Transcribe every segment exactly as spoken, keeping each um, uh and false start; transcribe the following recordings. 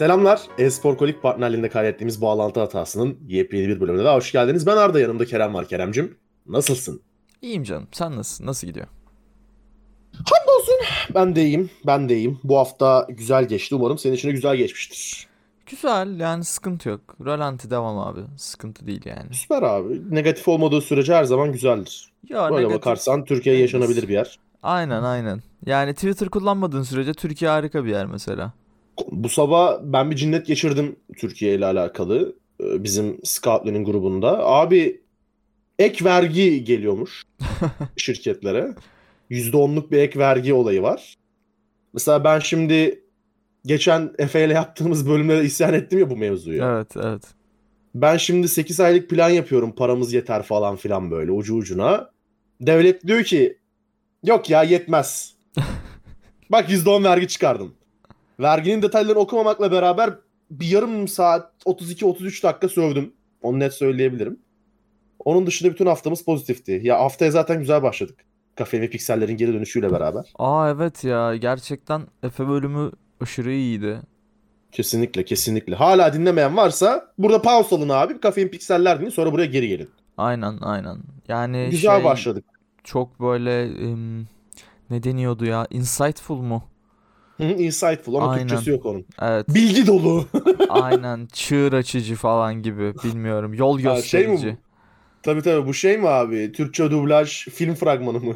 Selamlar. E-Spor Kolik partnerliğinde kaydettiğimiz bağlantı hatasının yepyeni bir bölümüne daha hoş geldiniz. Ben Arda, yanımda Kerem var. Keremcim, nasılsın? İyiyim canım. Sen nasılsın? Nasıl gidiyor? Hamdolsun. Ben de iyiyim. Ben de iyiyim. Bu hafta güzel geçti. Umarım senin için de güzel geçmiştir. Güzel, yani sıkıntı yok. Rölanti devam abi. Sıkıntı değil yani. Süper abi. Negatif olmadığı sürece her zaman güzeldir. Ya Böyle negatif bakarsan Türkiye değiliz. yaşanabilir bir yer. Aynen aynen. Yani Twitter kullanmadığın sürece Türkiye harika bir yer mesela. Bu sabah ben bir cinnet geçirdim Türkiye ile alakalı. Ee, Bizim Scout'ların grubunda. Abi, ek vergi geliyormuş şirketlere. yüzde onluk bir ek vergi olayı var. Mesela ben şimdi geçen Efe ile yaptığımız bölümlere isyan ettim ya bu mevzuya. Evet evet. Ben şimdi sekiz aylık plan yapıyorum, paramız yeter falan filan, böyle ucu ucuna. Devlet diyor ki yok ya, yetmez. Bak, yüzde on vergi çıkardım. Verginin detaylarını okumamakla beraber bir yarım saat otuz iki otuz üç dakika sövdüm. Onu net söyleyebilirim. Onun dışında bütün haftamız pozitifti. Ya haftaya zaten güzel başladık. Kafe ve Pikseller'in geri dönüşüyle beraber. Aa evet ya, gerçekten Efe bölümü aşırı iyiydi. Kesinlikle kesinlikle. Hala dinlemeyen varsa burada pause alın abi. Kafein Pikseller dinleyin, sonra buraya geri gelin. Aynen aynen. Yani Güzel şey başladık. çok böyle em, ne deniyordu ya? Insightful mu? Hı hı, insightful ama Aynen. Türkçesi yok onun. Evet. Bilgi dolu. Aynen. Çığır açıcı falan gibi. Bilmiyorum. Yol Ha, şey mi gösterici. bu? Tabii tabii, bu şey mi abi? Türkçe dublaj film fragmanı mı?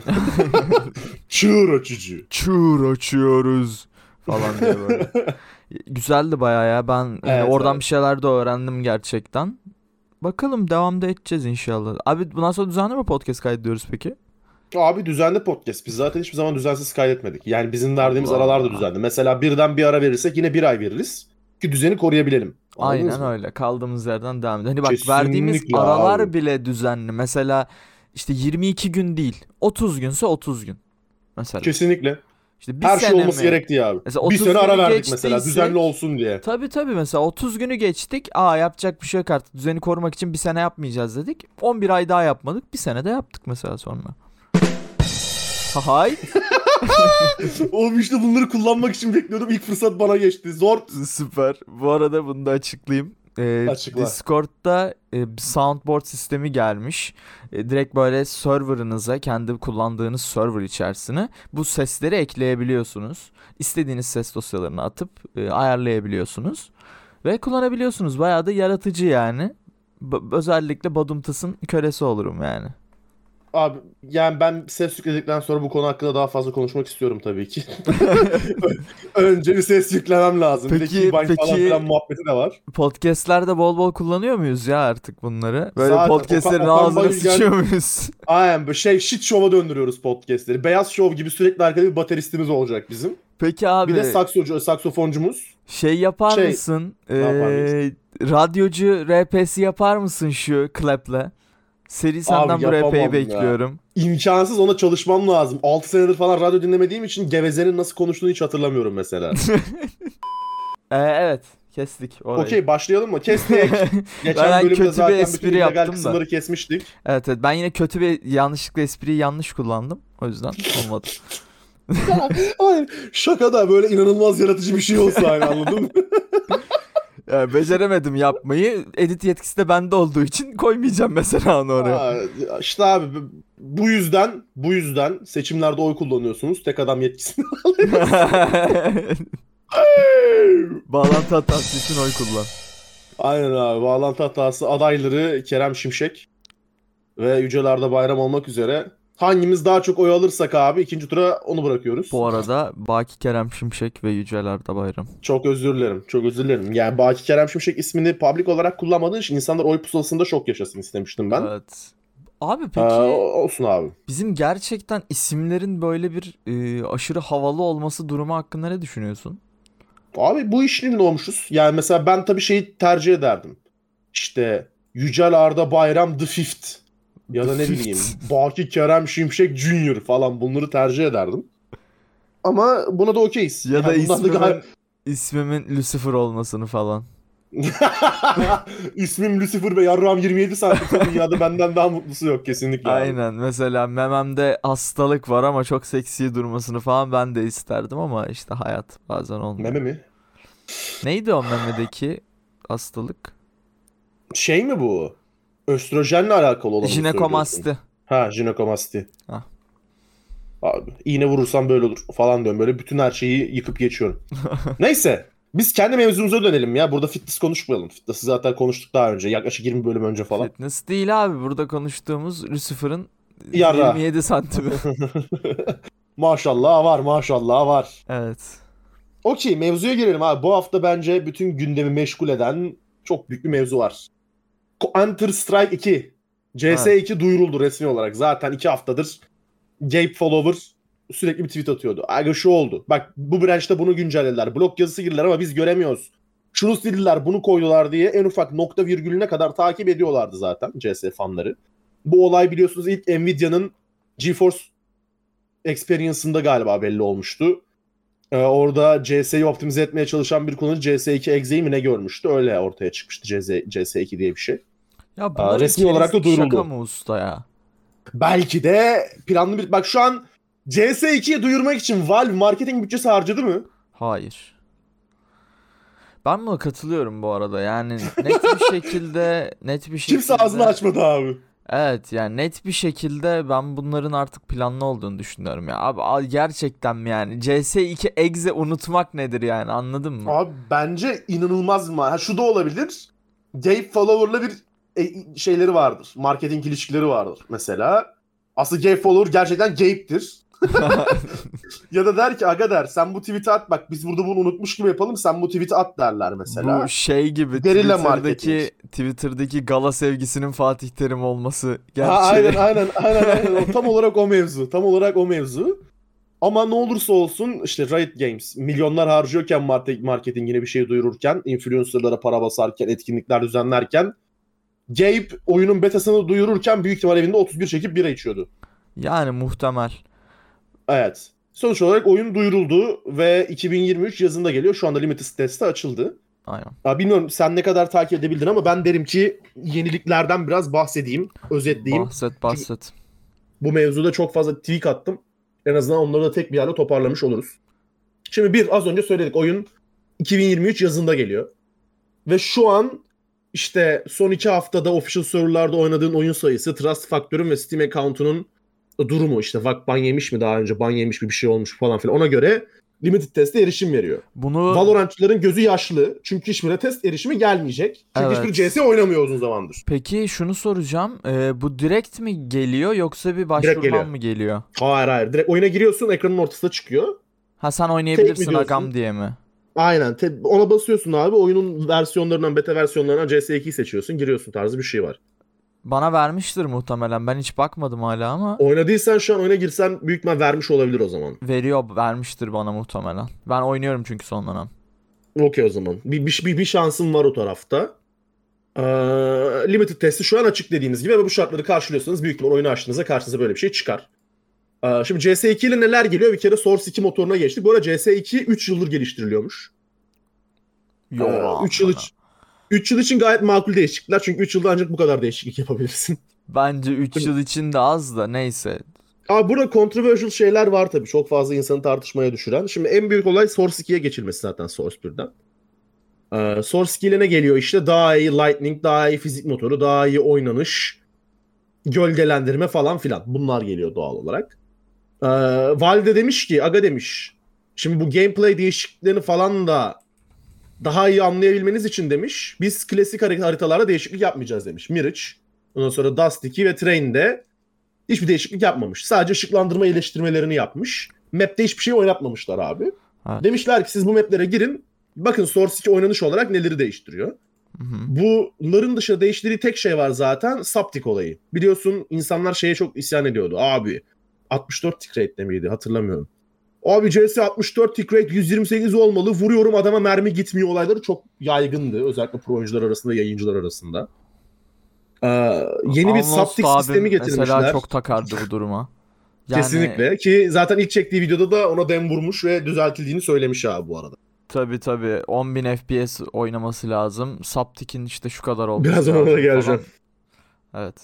Çığır açıcı. Çığır açıyoruz falan diye böyle. Güzeldi bayağı ya. Ben hani Evet oradan evet. bir şeyler de öğrendim gerçekten. Bakalım, devam da edeceğiz inşallah. Abi bundan sonra düzenli mi podcast kaydediyoruz peki? Abi düzenli podcast. Biz zaten hiçbir zaman düzensiz kaydetmedik. Yani bizim verdiğimiz Allah aralar da Allah. düzenli. Mesela birden bir ara verirsek yine bir ay veririz. Ki düzeni koruyabilelim. Anladınız Aynen mı? öyle. Kaldığımız yerden devam edelim. Hani bak, verdiğimiz Kesinlikle aralar abi. bile düzenli. Mesela işte yirmi iki gün değil. otuz günse otuz gün. Mesela. Kesinlikle. İşte bir Her şey sene olması mi? gerektiği abi. Mesela Bir otuz sene ara günü verdik mesela, düzenli geçtiysek. olsun diye. Tabii tabii, mesela otuz günü geçtik. Aa, yapacak bir şey yok artık. Düzeni korumak için bir sene yapmayacağız dedik. on bir ay daha yapmadık. Bir sene de yaptık mesela sonra. Hay. Oğlum işte bunları kullanmak için bekliyordum. İlk fırsat bana geçti. Zor. Süper. Bu arada bunu da açıklayayım. Ee, Açıkla. Discord'da e, bir soundboard sistemi gelmiş. E, direkt böyle serverınıza, kendi kullandığınız server içerisine bu sesleri ekleyebiliyorsunuz. İstediğiniz ses dosyalarını atıp e, ayarlayabiliyorsunuz. Ve kullanabiliyorsunuz. Bayağı da yaratıcı yani. B- özellikle Badumtas'ın kölesi olurum yani. Abi yani ben ses yükledikten sonra bu konu hakkında daha fazla konuşmak istiyorum tabii ki. Önce bir ses yüklemem lazım. Bir de Peki keybind falan filan peki muhabbeti de var. podcastlerde bol bol kullanıyor muyuz ya artık bunları? Böyle Zaten Okan, podcastlerin Okan ağzına Bayülgen, sıçıyor muyuz? aynen böyle şey shit show'a döndürüyoruz podcastleri. Beyaz Show gibi sürekli arkada bir bateristimiz olacak bizim. Peki Bir de abi, saksocu, saksofoncumuz. şey yapar Şey, mısın? ne yapar mıyız? Ee, radyocu R P'si yapar mısın şu clap'le? Seri senden Abi bu R P'yi yapamam ya. bekliyorum. İmkansız, ona çalışmam lazım. altı senedir falan radyo dinlemediğim için gevezenin nasıl konuştuğunu hiç hatırlamıyorum mesela. Ee, evet, kestik orayı. Okey, başlayalım mı? Kestik. Geçen Ben bölümde kötü bir zaten bütün espri illegal yaptım da. kısımları kesmiştik. Evet evet, ben yine kötü bir yanlışlıkla espriyi yanlış kullandım. O yüzden olmadı. Hayır, şaka da böyle inanılmaz yaratıcı bir şey olsa hani, anladın mı? Yani beceremedim yapmayı. Edit yetkisi de bende olduğu için koymayacağım mesela onu oraya. Aa, işte abi bu yüzden bu yüzden seçimlerde oy kullanıyorsunuz. Tek adam yetkisini alıyorsunuz. Bağlantı hatası için oy kullan. Aynen abi, bağlantı hatası adayları Kerem Şimşek ve Yücel Arda Bayram olmak üzere. Hangimiz daha çok oy alırsak abi ikinci tura onu bırakıyoruz. Bu arada Baki Kerem Şimşek ve Yücel Arda Bayram. Çok özür dilerim. Çok özür dilerim. Yani Baki Kerem Şimşek ismini public olarak kullanmadığın için insanlar oy pusulasında şok yaşasın istemiştim ben. Evet. Abi Ha, peki olsun abi. bizim gerçekten isimlerin böyle bir e, aşırı havalı olması durumu hakkında ne düşünüyorsun? Abi bu işin doğmuşuz. Yani mesela ben tabii şeyi tercih ederdim. İşte Yücel Arda Bayram The Fifth. Ya The da ne bileyim Fifth. Baki Kerem Şimşek Junior falan, bunları tercih ederdim. Ama buna da okeyiz. Ya da Yani bundan da gayet... ismimin ismimin Lucifer olmasını falan. İsmim Lucifer ve yarrağım yirmi yedi santim, dünyada benden daha mutlusu yok kesinlikle abi. Aynen, mesela mememde hastalık var ama çok seksi durmasını falan ben de isterdim ama işte hayat bazen olmuyor. Meme mi? Neydi o memedeki hastalık? Şey mi bu? Östrojenle alakalı olan mı söylüyorsun? Jinekomasti. Ha, jinekomasti. Hah. Abi iğne vurursam böyle olur falan diyorum. Böyle bütün her şeyi yıkıp geçiyorum. Neyse. Biz kendi mevzumuza dönelim ya. Burada fitness konuşmayalım. Fitness'ı zaten konuştuk daha önce. Yaklaşık yirmi bölüm önce falan. Fitness değil abi. Burada konuştuğumuz Lucifer'ın Yara. yirmi yedi santimi. Maşallah var, maşallah var. Evet. Okey, mevzuya girelim abi. Bu hafta bence bütün gündemi meşgul eden çok büyük bir mevzu var. Counter Strike iki. C S iki duyuruldu resmi olarak. Zaten iki haftadır Gabe Follower sürekli bir tweet atıyordu. Aga şu oldu. Bak bu branch'ta bunu güncellediler. Blok yazısı girdiler ama biz göremiyoruz. Şunu sildiler, bunu koydular diye en ufak nokta virgülüne kadar takip ediyorlardı zaten C S fanları. Bu olay biliyorsunuz ilk Nvidia'nın GeForce Experience'ında galiba belli olmuştu. Ee, orada C S'yi optimize etmeye çalışan bir kullanıcı C S iki Exe'yi mi ne görmüştü? Öyle ortaya çıkmıştı C S, C S iki diye bir şey. Ya bunların resmi olarak da duyuruldu. Şaka mı usta ya? Belki de planlı bir... Bak şu an C S ikiyi duyurmak için Valve marketing bütçesi harcadı mı? Hayır. Ben buna katılıyorum bu arada. Yani net bir şekilde net bir şekilde. Kimse ağzını açmadı abi. Evet yani net bir şekilde ben bunların artık planlı olduğunu düşünüyorum ya. Abi gerçekten mi yani? C S iki Exe unutmak nedir yani, anladın mı? Abi bence inanılmaz mı? Ha şu da olabilir. Gabe Follower'la bir e, şeyleri vardır. Marketing ilişkileri vardır mesela. Aslında Gabe Follower gerçekten Gabe'dir. Ya da der ki aga der sen bu tweet'i at, bak biz burada bunu unutmuş gibi yapalım, sen bu tweet'i at derler mesela. Bu şey gibi Gerilla Twitter'daki Twitter'daki gala sevgisinin Fatih Terim olması gerçeği. Ha, aynen aynen aynen aynen. O, tam olarak o mevzu. Tam olarak o mevzu. Ama ne olursa olsun işte Riot Games milyonlar harcıyorken marketingine bir şey duyururken, influencerlara para basarken, etkinlikler düzenlerken, Gabe oyunun betasını duyururken büyük ihtimal evinde otuz bir çekip bira içiyordu. Yani muhtemel. Evet. Sonuç olarak oyun duyuruldu ve iki bin yirmi üç yazında geliyor. Şu anda Limited testi açıldı. Aynen. Ya bilmiyorum sen ne kadar takip edebildin ama ben derim ki yeniliklerden biraz bahsedeyim, özetleyeyim. Bahset bahset. Çünkü bu mevzuda çok fazla tweet attım. En azından onları da tek bir yerde toparlamış oluruz. Şimdi bir, az önce söyledik, oyun iki bin yirmi üç yazında geliyor. Ve şu an işte son iki haftada official serverlarda oynadığın oyun sayısı, Trust Factor'ın ve Steam account'unun durumu, işte bak ban yemiş mi daha önce, ban yemiş mi bir şey olmuş falan filan, ona göre Limited teste erişim veriyor. Bunu Valorantçıların gözü yaşlı çünkü hiçbir test erişimi gelmeyecek. Çünkü evet. hiçbir C S oynamıyor uzun zamandır. Peki şunu soracağım. Ee, bu direkt mi geliyor yoksa bir başvurman mı geliyor? Hayır hayır. Direkt oyuna giriyorsun, ekranın ortasında çıkıyor. Ha sen oynayabilirsin agam diye mi? Aynen. Te- ona basıyorsun abi. Oyunun versiyonlarından, beta versiyonlarından C S ikiyi seçiyorsun. Giriyorsun tarzı bir şey var. Bana vermiştir muhtemelen. Ben hiç bakmadım hala ama. Oynadıysan şu an oyuna girsen büyük ihtimal vermiş olabilir o zaman. Veriyor, vermiştir bana muhtemelen. Ben oynuyorum çünkü son dönem. Okey o zaman. Bir, bir, bir, bir şansın var o tarafta. Ee, Limited testi şu an açık dediğiniz gibi ve bu şartları karşılıyorsanız büyük ihtimal oyunu açtığınızda karşınıza böyle bir şey çıkar. Ee, şimdi C S iki ile neler geliyor? Bir kere Source iki motoruna geçtik. Bu arada C S iki üç yıldır geliştiriliyormuş. Yok. Ee, üç yıl için üç yıl için gayet makul değişiklikler. Çünkü üç yılda ancak bu kadar değişiklik yapabilirsin. Bence üç yıl için de az da neyse. Abi burada controversial şeyler var tabii. Çok fazla insanı tartışmaya düşüren. Şimdi en büyük olay Source ikiye geçilmesi zaten Source birden. Ee, Source iki ile ne geliyor işte? Daha iyi Lightning, daha iyi fizik motoru, daha iyi oynanış, gölgelendirme falan filan. Bunlar geliyor doğal olarak. Ee, Valve de demiş ki, aga demiş, şimdi bu gameplay değişikliklerini falan da daha iyi anlayabilmeniz için demiş, biz klasik haritalarda değişiklik yapmayacağız demiş. Mirage, ondan sonra Dust iki ve Train'de hiçbir değişiklik yapmamış. Sadece ışıklandırma iyileştirmelerini yapmış. Map'te hiçbir şey oynatmamışlar abi. Evet. Demişler ki siz bu maplere girin. Bakın Source iki oynanış olarak neleri değiştiriyor. Hı hı. Bunların dışında değiştirdiği tek şey var zaten. Saptik olayı. Biliyorsun insanlar şeye çok isyan ediyordu. Abi altmış dört tick rate'de miydi? Hatırlamıyorum. Abi C S altmış dört tick rate yüz yirmi sekiz olmalı. Vuruyorum adama mermi gitmiyor olayları çok yaygındı. Özellikle pro oyuncular arasında, yayıncılar arasında. Ee, yeni bir saptik sistemi getirmişler. Mesela çok takardı bu duruma. Yani... Kesinlikle. Ki zaten ilk çektiği videoda da ona dem vurmuş ve düzeltildiğini söylemiş abi bu arada. Tabii tabii. on bin F P S oynaması lazım. Saptik'in işte şu kadar olması Biraz lazım. ona da geleceğim. Falan. Evet.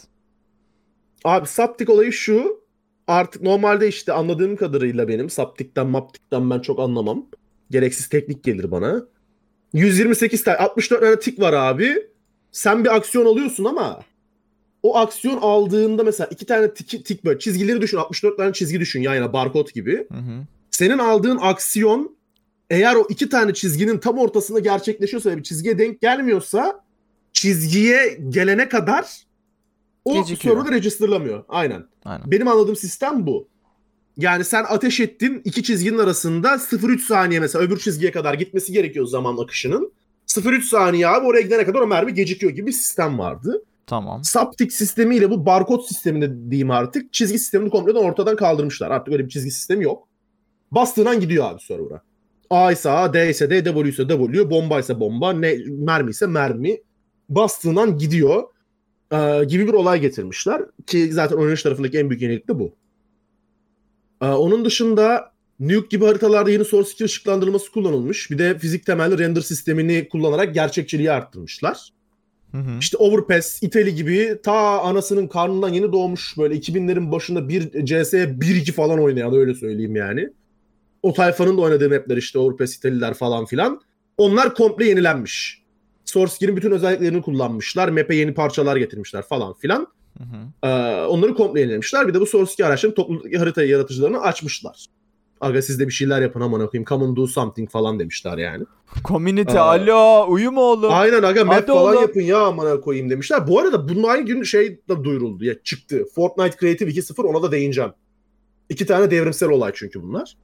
Abi Saptik olayı şu. Artık normalde işte anladığım kadarıyla benim Saptik'ten Maptik'ten ben çok anlamam. Gereksiz teknik gelir bana. yüz yirmi sekiz tane altmış dört tane tik var abi. Sen bir aksiyon alıyorsun ama o aksiyon aldığında mesela iki tane tik, tik böyle çizgileri düşün. altmış dört tane çizgi düşün yan yana barkod gibi. Hı hı. Senin aldığın aksiyon eğer o iki tane çizginin tam ortasında gerçekleşiyorsa ve bir çizgiye denk gelmiyorsa çizgiye gelene kadar o Gecikiyor. server'da registerlamıyor. Aynen. Aynen. Benim anladığım sistem bu. Yani sen ateş ettin iki çizginin arasında sıfır virgül üç saniye mesela öbür çizgiye kadar gitmesi gerekiyor zaman akışının. sıfır virgül üç saniye abi oraya gidene kadar o mermi gecikiyor gibi bir sistem vardı. Tamam. Saptik sistemiyle bu barkod sisteminde diyeyim artık çizgi sistemini komple ortadan kaldırmışlar. Artık öyle bir çizgi sistemi yok. Bastığın gidiyor abi server'a. A ise A, D ise D, W ise W, bomba ise bomba, ne, mermi ise mermi. Bastığın gidiyor ee, gibi bir olay getirmişler. Ki zaten oynanış tarafındaki en büyük yenilik de bu. Ee, onun dışında Nuke gibi haritalarda yeni source skill ışıklandırılması kullanılmış. Bir de fizik temelli render sistemini kullanarak gerçekçiliği arttırmışlar. Hı hı. İşte Overpass, Italy gibi ta anasının karnından yeni doğmuş böyle iki binlerin başında bir C S bir iki falan oynayan öyle söyleyeyim yani. O tayfanın da oynadığı mapler işte Overpass, Italy'ler falan filan. Onlar komple yenilenmiş. Source skill'in bütün özelliklerini kullanmışlar. Map'e yeni parçalar getirmişler falan filan. Hı hı. Ee, onları komple yenilemişler. Bir de bu source skill araçların topluluktaki harita yaratıcılarını açmışlar. Aga siz de bir şeyler yapın aman okuyayım. Come on do something falan demişler yani. Community Aa. alo uyum oğlum. Aynen aga map Hadi falan oğlum. yapın ya amına koyayım demişler. Bu arada bunun aynı gün şey de duyuruldu ya çıktı. Fortnite Creative iki nokta sıfır ona da değineceğim. İki tane devrimsel olay çünkü bunlar.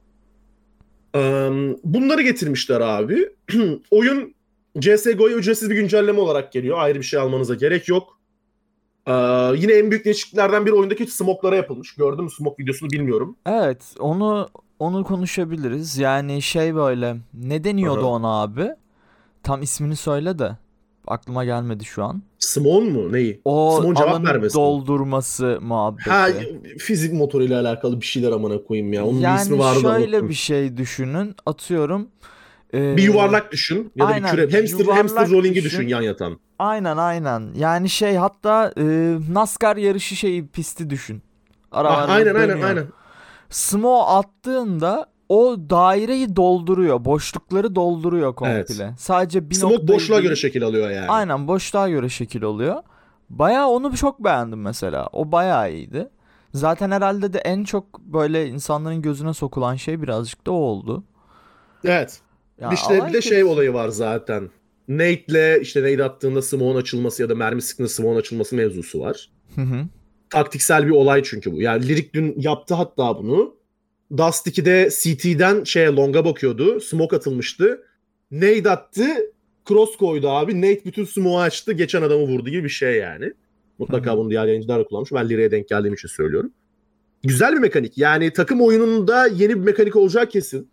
Ee, bunları getirmişler abi. Oyun C S G O'ya ücretsiz bir güncelleme olarak geliyor. Ayrı bir şey almanıza gerek yok. Ee, yine en büyük değişikliklerden biri oyundaki smoke'lara yapılmış. Gördün mü smoke videosunu bilmiyorum. Evet onu onu konuşabiliriz. Yani şey böyle ne deniyordu Aha. ona abi? Tam ismini söyle de aklıma gelmedi şu an. Smoke'un mu? Neyi? O Smoke'un cevap alanı vermesi. doldurması muhabbeti. Ha fizik motoruyla alakalı bir şeyler amına koyayım ya. Onun yani bir ismi vardı da şöyle unuttum. bir şey düşünün. Atıyorum. e, Bir yuvarlak düşün ya da aynen, bir küre. Hamster, yuvarlak hamster rolling'i düşün. düşün yan yatan. Aynen aynen. Yani şey hatta e, NASCAR yarışı şeyi pisti düşün. Arabalar Ah, aynen aynen dönüyor. aynen. Smoke attığında o daireyi dolduruyor. Boşlukları dolduruyor komple. Evet. Sadece bir Smoke noktayı boşluğa değil. göre şekil alıyor yani. Aynen boşluğa göre şekil alıyor. Bayağı onu çok beğendim mesela. O bayağı iyiydi. Zaten herhalde de en çok böyle insanların gözüne sokulan şey birazcık da o oldu. Evet. Ya İşte bir de şey kötü. olayı var zaten. Nate'le işte Nate attığında smoke'un açılması ya da mermi sıktığında smoke'un açılması mevzusu var. Hı hı. Taktiksel bir olay çünkü bu. Yani Lyric dün yaptı hatta bunu. Dust iki'de C T'den şeye long'a bakıyordu. Smoke atılmıştı. Nade attı. Cross koydu abi. Nate bütün smoke'u açtı. Geçen adamı vurdu gibi bir şey yani. Mutlaka Hı hı. bunu diğer yayıncılar da kullanmış. Ben Lyric'e denk geldiğim için söylüyorum. Güzel bir mekanik. Yani takım oyununda yeni bir mekanik olacağı kesin.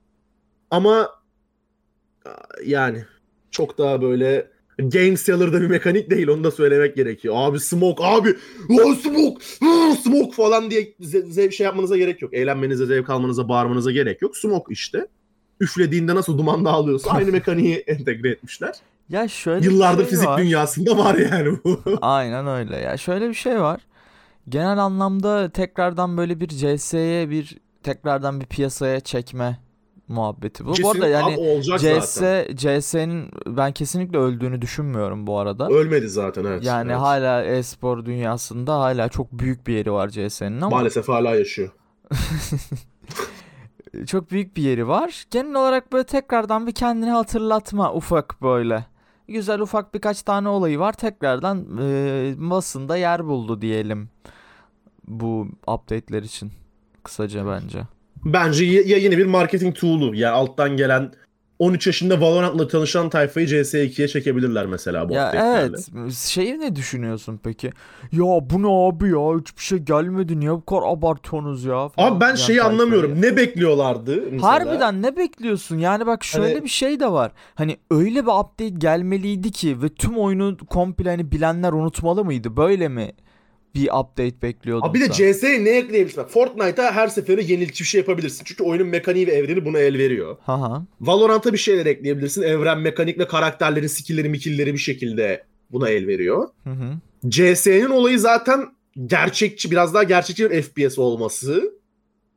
Ama yani çok daha böyle game seller'da bir mekanik değil. Onu da söylemek gerekiyor. Abi smoke abi. Lan smoke. Aa, smoke falan diye ze- şey yapmanıza gerek yok. Eğlenmenize, zevk almanıza, bağırmanıza gerek yok. Smoke işte. Üflediğinde nasıl duman dağılıyorsa aynı mekaniği entegre etmişler. Ya şöyle Yıllardır bir şey fizik var. dünyasında var yani bu. Aynen öyle. Ya şöyle bir şey var. Genel anlamda tekrardan böyle bir C S'ye bir tekrardan bir piyasaya çekme muhabbeti bu. Kesin, bu arada yani abi olacak C S zaten. C S'nin ben kesinlikle öldüğünü düşünmüyorum bu arada. Ölmedi zaten evet. Yani evet. hala e-spor dünyasında hala çok büyük bir yeri var C S'nin ama Maalesef hala yaşıyor. çok büyük bir yeri var. Genel olarak böyle tekrardan bir kendini hatırlatma ufak böyle. Güzel ufak birkaç tane olayı var. Tekrardan e, basında yer buldu diyelim. Bu update'ler için kısaca bence. Bence ya yeni bir marketing tool'u. Yani alttan gelen on üç yaşında Valorant'la tanışan tayfayı C S ikiye çekebilirler mesela bu Ya update'lerle. evet. Şeyi ne düşünüyorsun peki? Ya bu ne abi ya? Hiçbir şey gelmedi. Niye bu kadar abartıyorsunuz ya? Falan Abi ben diyen şeyi tayfayı. anlamıyorum. Ne bekliyorlardı mesela? Harbiden ne bekliyorsun? Yani bak şöyle Hani- bir şey de var. Hani öyle bir update gelmeliydi ki ve tüm oyunu komple hani bilenler unutmalı mıydı? Böyle mi bir update bekliyordun Abi bir de sen? C S'ye ne ekleyebilirsin? Fortnite'a her seferinde yenilikçi bir şey yapabilirsin. Çünkü oyunun mekaniği ve evreni buna el veriyor. Haha. Valorant'a bir şeyler ekleyebilirsin. Evren, mekanikle karakterlerin skill'leri, mikill'leri bir şekilde buna el veriyor. Hı hı. C S'nin olayı zaten gerçekçi, biraz daha gerçekçi bir F P S olması.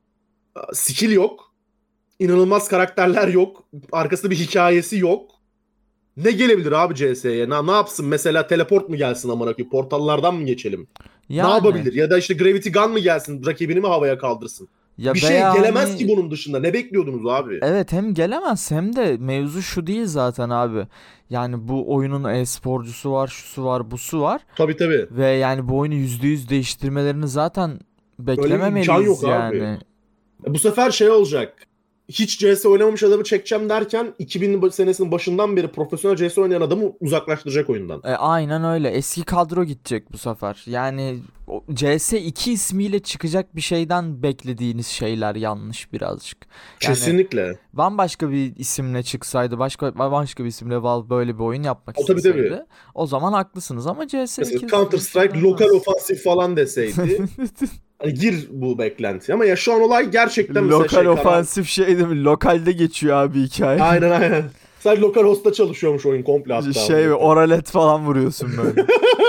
Skill yok. İnanılmaz karakterler yok. Arkasında bir hikayesi yok. Ne gelebilir abi C S'ye? Ne, ne yapsın? Mesela teleport mu gelsin amına koyayım? Portallardan mı geçelim? Yani. Ne yapabilir? Ya da işte Gravity Gun mı gelsin? Rakibini mi havaya kaldırsın? Ya Bir şey veya gelemez hani, ki bunun dışında. Ne bekliyordunuz abi? evet, hem gelemez hem de mevzu şu değil zaten abi. Yani bu oyunun e-sporcusu var, şusu var, busu var. Tabii tabii. Ve yani bu oyunu yüzde yüz değiştirmelerini zaten Öyle bir imkan beklememeliyiz yok abi. yani. E, Bu sefer şey olacak. Hiç C S oynamamış adamı çekeceğim derken iki bin senesinin başından beri profesyonel C S oynayan adamı uzaklaştıracak oyundan. E, aynen öyle. Eski kadro gidecek bu sefer. Yani o C S iki ismiyle çıkacak bir şeyden beklediğiniz şeyler yanlış birazcık. Yani Kesinlikle. bambaşka bir isimle çıksaydı, başka başka bir isimle Valve böyle bir oyun yapmak O tabii tabii. isteseydi, o zaman haklısınız ama C S Mesela iki Counter ismiyle Strike lokal çıkarmaz. ofansif falan deseydi. Hani gir bu beklenti. Ama ya şu an olay gerçekten mesela Lokal şey karar. ofansif şey değil mi? Lokalde geçiyor abi hikaye. Aynen aynen. Sadece lokal hostta çalışıyormuş oyun komple hatta. Şey, oralet falan vuruyorsun böyle.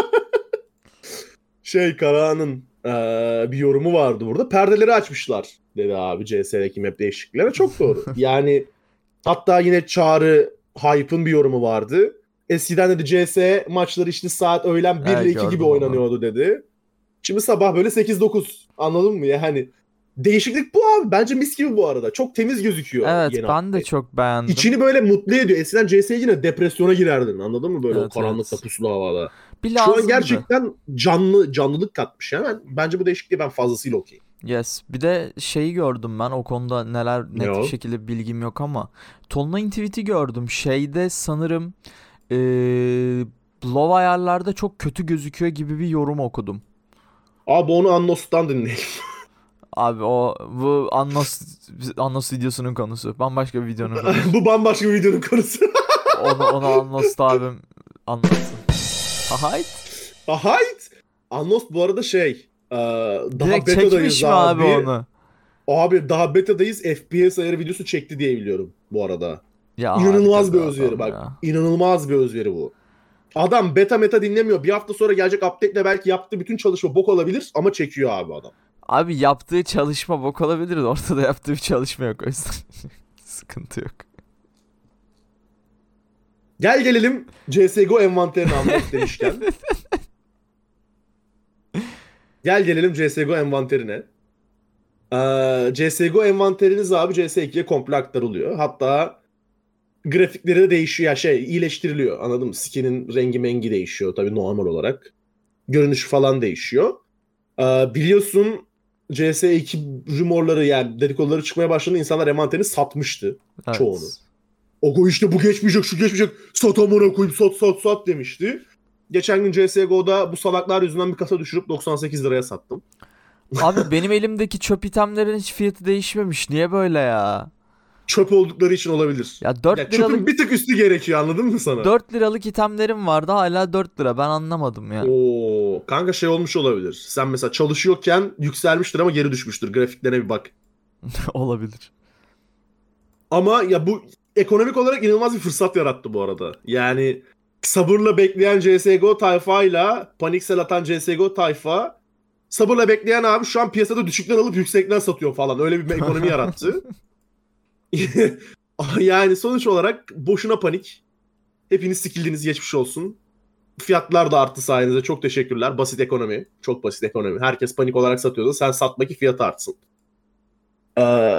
Şey Karahan'ın eee, bir yorumu vardı burada. Perdeleri açmışlar dedi abi C S'deki map değişiklikleri. Çok doğru. Yani hatta yine Çağrı Hype'ın bir yorumu vardı. Eskiden dedi C S maçları işte saat öğlen bir Evet, ile iki gibi gördüm onu. oynanıyordu dedi. Şimdi sabah böyle sekiz dokuz. Anladın mı? Yani değişiklik bu abi. Bence mis gibi bu arada. Çok temiz gözüküyor Evet, yeni ben de update. çok beğendim. İçini böyle mutlu ediyor. Eskiden C S'ye yine depresyona girerdin. Anladın mı? Böyle Evet, o karanlıkta evet. puslu havada. Bir Şu an lazımdı. gerçekten canlı canlılık katmış. Hemen bence bu değişikliği ben fazlasıyla okeyim. Yes. Bir de şeyi gördüm ben, o konuda neler Ne net bir o? şekilde bilgim yok ama Tolunay'ın tweet'i gördüm. Şeyde sanırım eee Blow ayarlarda çok kötü gözüküyor gibi bir yorum okudum. Abi onu Annos'tan dinleyelim. Abi o bu Annos Annos videosunun konusu. Bambaşka bir videonun konusu. Bu bambaşka bir videonun konusu. Onu onu Annos'ta abim anlatsın. Hayt. Ahayt. Annos bu arada şey. e, Daha Direkt betadayız çekmiş mi abi. abi onu? Abi daha betadayız. F P S ayarı videosu çekti diye biliyorum bu arada. Ya İnanılmaz harika bir bir özveri adam bak. ya. İnanılmaz bir özveri bu. Adam beta meta dinlemiyor. Bir hafta sonra gelecek update'le belki yaptığı bütün çalışma bok olabilir ama çekiyor abi adam. Abi yaptığı çalışma bok olabilir de ortada yaptığı bir çalışma yok o yüzden. Sıkıntı yok. Gel gelelim C S G O envanterini anlat demişken. Gel gelelim C S G O envanterine. Ee, C S G O envanteriniz abi C S ikiye komple aktarılıyor. Hatta grafikleri de değişiyor. Ya şey iyileştiriliyor. Anladın mı? Skin'in rengi mengi değişiyor tabii normal olarak. Görünüşü falan değişiyor. Ee, biliyorsun C S iki rumorları yani dedikoduları çıkmaya başladığında insanlar envanterini satmıştı çoğunu. Evet. O işte bu geçmeyecek şu geçmeyecek sat amına koyayım sat sat sat demişti. Geçen gün C S G O'da bu salaklar yüzünden bir kasa düşürüp doksan sekiz liraya sattım. Abi benim elimdeki çöp itemlerin hiç fiyatı değişmemiş. Niye böyle ya? Çöp oldukları için olabilir. Ya dört Ya çöpün liralık bir tık üstü gerekiyor anladın mı sana? dört liralık itemlerim vardı, hala dört lira. Ben anlamadım ya. Oo, kanka şey olmuş olabilir. Sen mesela çalışıyorken yükselmiştir ama geri düşmüştür. Grafiklerine bir bak. Olabilir. Ama ya bu ekonomik olarak inanılmaz bir fırsat yarattı bu arada. Yani sabırla bekleyen C S G O tayfayla paniksel atan C S G O tayfa sabırla bekleyen abi şu an piyasada düşükten alıp yüksekten satıyor falan. Öyle bir ekonomi yarattı. Yani sonuç olarak boşuna panik. Hepiniz sikildiniz geçmiş olsun. Fiyatlar da arttı sayenizde. Çok teşekkürler. Basit ekonomi. Çok basit ekonomi. Herkes panik olarak satıyordu. Sen satma ki fiyatı artsın. Ee,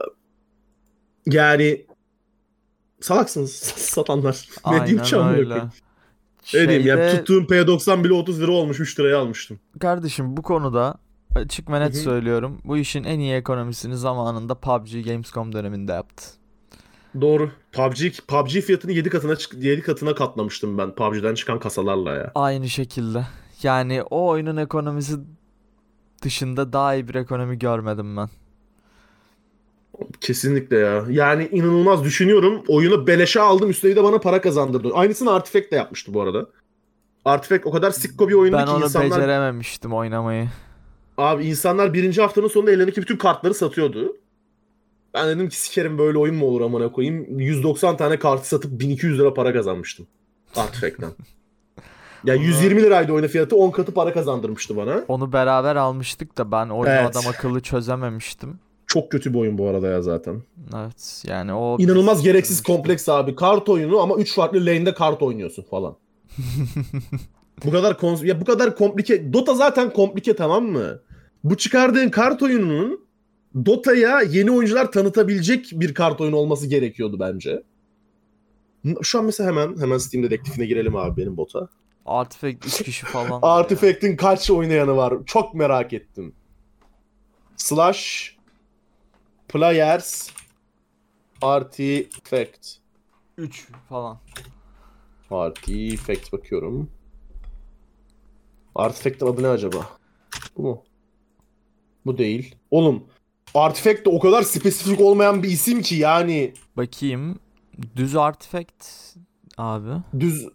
yani salaksınız satanlar. Ne diyeyim ki Aynen amına öyle. koyayım. Ne diyeyim ya Şeyde tuttuğum P doksan bile otuz lira olmuş. üç liraya almıştım. kardeşim, bu konuda açık ve Hı net hı. söylüyorum. Bu işin en iyi ekonomisini zamanında P U B G Gamescom döneminde yaptı. Doğru. P U B G, P U B G fiyatını yedi katına çık- yedi katına katlamıştım ben P U B G'den çıkan kasalarla ya. Aynı şekilde. Yani o oyunun ekonomisi dışında daha iyi bir ekonomi görmedim ben. Kesinlikle ya. Yani inanılmaz düşünüyorum. Oyunu beleşe aldım. Üstelik de bana para kazandırdı. Aynısını Artifact de yapmıştı bu arada. Artifact o kadar sikko bir oyundu Ben ki onu insanlar... becerememiştim oynamayı. Abi insanlar birinci haftanın sonunda ellerindeki bütün kartları satıyordu. Ben dedim ki sikerim böyle oyun mu olur amına koyayım. yüz doksan tane kartı satıp bin iki yüz lira para kazanmıştım. Artifact'ten. Ya Onu, yüz yirmi liraydı oyuna fiyatı, on katı para kazandırmıştı bana. onu beraber almıştık da ben oyunu Evet. adam akıllı çözememiştim. Çok kötü bir oyun bu arada ya zaten. Evet yani o İnanılmaz gereksiz kompleks abi. Kart oyunu ama üç farklı lane'de kart oynuyorsun falan. Bu kadar kons- ya bu kadar komplike. Dota zaten komplike, tamam mı? Bu çıkardığın kart oyununun Dota'ya yeni oyuncular tanıtabilecek bir kart oyunu olması gerekiyordu bence. Şu an mesela hemen hemen Steam dedektifine girelim abi benim bota. Artifact üç kişi falan. Artifact'in kaç oynayanı var? Çok merak ettim. Slash Players Artifact. üç falan. Artifact bakıyorum. Artifact'in adı ne acaba? Bu mu? Bu değil. Oğlum Artifact de o kadar spesifik olmayan bir isim ki yani. Bakayım. Düz Artifact abi. Düz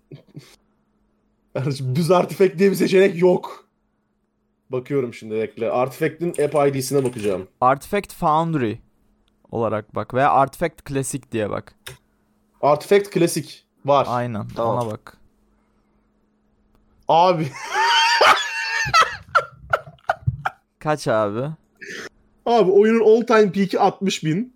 düz Artifact diye bir seçenek yok. Bakıyorum şimdi, bekle. Artifact'in app I D'sine bakacağım. Artifact Foundry olarak bak veya Artifact Classic diye bak. Artifact Classic var. Aynen, tamam. Ona bak. Abi. Kaç abi? Abi oyunun all time peak'i altmış bin.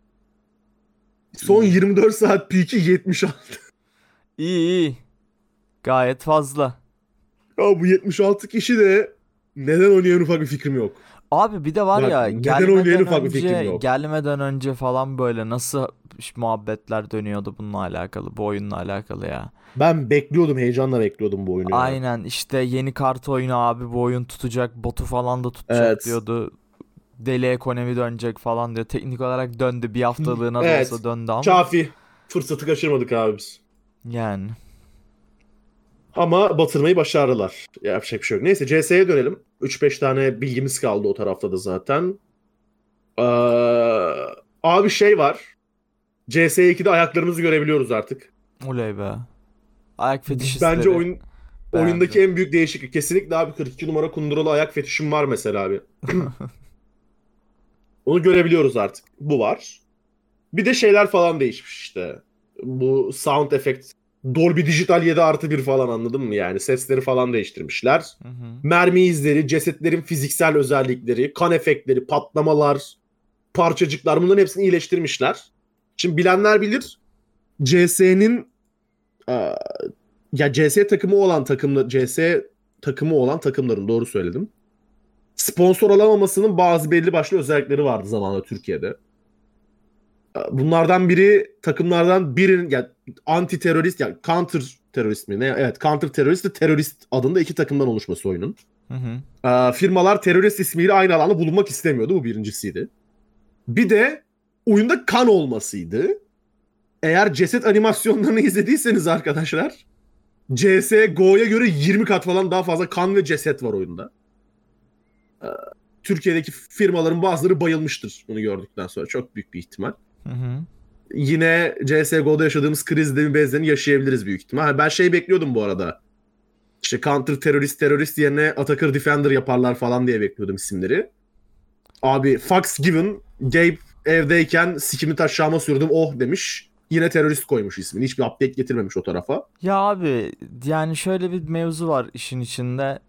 Son İyi. yirmi dört saat peak'i yetmiş altı. İyi iyi. Gayet fazla. Ya bu yetmiş altı kişi de neden oynayan ufak bir fikrim yok. Abi bir de var Bak, ya neden gelmeden oynayan ufak bir fikrim önce yok. gelmeden önce falan böyle nasıl muhabbetler dönüyordu bununla alakalı, bu oyunla alakalı ya. Ben bekliyordum, heyecanla bekliyordum bu oyunu. ya. Aynen işte yeni kart oyunu abi, bu oyun tutacak, botu falan da tutacak Evet. diyordu. Deli ekonomi dönecek falan diyor. Teknik olarak döndü, bir haftalığına da Evet. olsa döndü ama. Kafi. Fırsatı kaçırmadık abi biz. Yani. Ama batırmayı başardılar. Yapacak bir şey yok. Neyse C S'ye dönelim. üç beş tane bilgimiz kaldı o tarafta da zaten. Ee, abi şey var. C S ikide ayaklarımızı görebiliyoruz artık. Oley be. Ayak fetişistleri. Bence oyun Beğendim. oyundaki en büyük değişiklik. Kesinlikle abi kırk iki numara kunduralı ayak fetişim var mesela abi. Onu görebiliyoruz artık. Bu var. Bir de şeyler falan değişmiş işte. Bu sound effect. Dolby Digital yedi artı bir falan, anladın mı yani? Sesleri falan değiştirmişler. Hı hı. Mermi izleri, cesetlerin fiziksel özellikleri, kan efektleri, patlamalar, parçacıklar, bunların hepsini iyileştirmişler. Şimdi bilenler bilir. C S'nin e, ya C S takımı olan takımlar, C S takımı olan takımların, doğru söyledim, sponsor alamamasının bazı belli başlı özellikleri vardı zamanında Türkiye'de. Bunlardan biri, takımlardan birinin yani anti terörist, yani counter terörist mi ne? Evet, counter terörist ve terörist adında iki takımdan oluşması oyunun. Hı hı. Ee, firmalar terörist ismiyle aynı alanda bulunmak istemiyordu. Bu birincisiydi. Bir de oyunda kan olmasıydı. Eğer ceset animasyonlarını izlediyseniz arkadaşlar, C S G O'ya göre yirmi kat falan daha fazla kan ve ceset var oyunda. Ee, Türkiye'deki firmaların bazıları bayılmıştır bunu gördükten sonra. Çok büyük bir ihtimal. Hı hı. Yine C S G O'da yaşadığımız krizlerin benzerini yaşayabiliriz büyük ihtimal. Ben şey bekliyordum bu arada. İşte counter terörist terörist yerine attacker defender yaparlar falan diye bekliyordum isimleri. Abi Fox Given, Gabe evdeyken sikimi taşağıma sürdüm oh demiş. Yine terörist koymuş ismini. Hiçbir update getirmemiş o tarafa. Ya abi yani şöyle bir mevzu var işin içinde.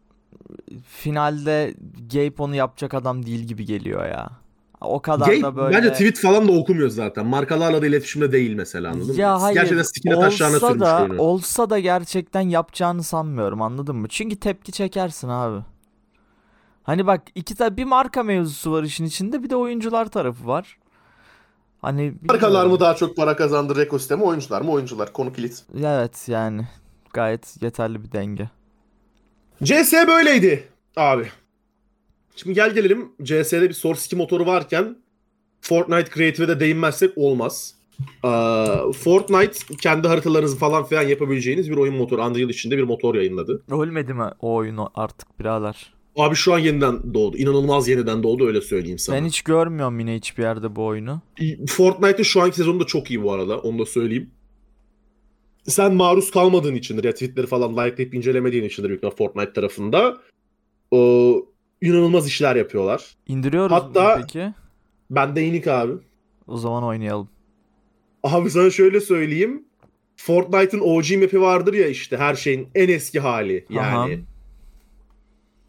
Finalde Gabe onu yapacak adam değil gibi geliyor ya. O kadar Gabe da böyle. bence tweet falan da okumuyor zaten. Markalarla da iletişimde değil mesela, anladın Ya mı? hayır, Gerçekten sikine taşağına olsa sürmüş da oyunu. olsa da gerçekten yapacağını sanmıyorum, anladın mı? Çünkü tepki çekersin abi. Hani bak, iki tane bir marka mevzusu var işin içinde, bir de oyuncular tarafı var. Hani Markalar bilmiyorum. mı daha çok para kazandırır ekosistemi, oyuncular mı? Oyuncular. Konu kilit. Evet yani gayet yeterli bir denge. C S böyleydi abi. Şimdi gel gelelim, C S'de bir Source iki motoru varken Fortnite Creative'e de değinmezsek olmaz. Ee, Fortnite kendi haritalarınızı falan filan yapabileceğiniz bir oyun motoru. Unreal içinde bir motor yayınladı. Ölmedi mi o oyunu artık birader? Abi şu an yeniden doğdu. İnanılmaz yeniden doğdu, öyle söyleyeyim sana. Ben hiç görmüyorum yine hiçbir yerde bu oyunu. Fortnite'ın şu anki sezonu da çok iyi bu arada. Onu da söyleyeyim. Sen maruz kalmadığın için, retweetleri falan likelayıp incelemediğin için büyük ihtimalle Fortnite tarafında ee, inanılmaz işler yapıyorlar. İndiriyoruz Hatta mu peki? ben de inik abi. O zaman oynayalım. Abi sana şöyle söyleyeyim. Fortnite'ın O G map'i vardır ya, işte her şeyin en eski hali yani. Aha.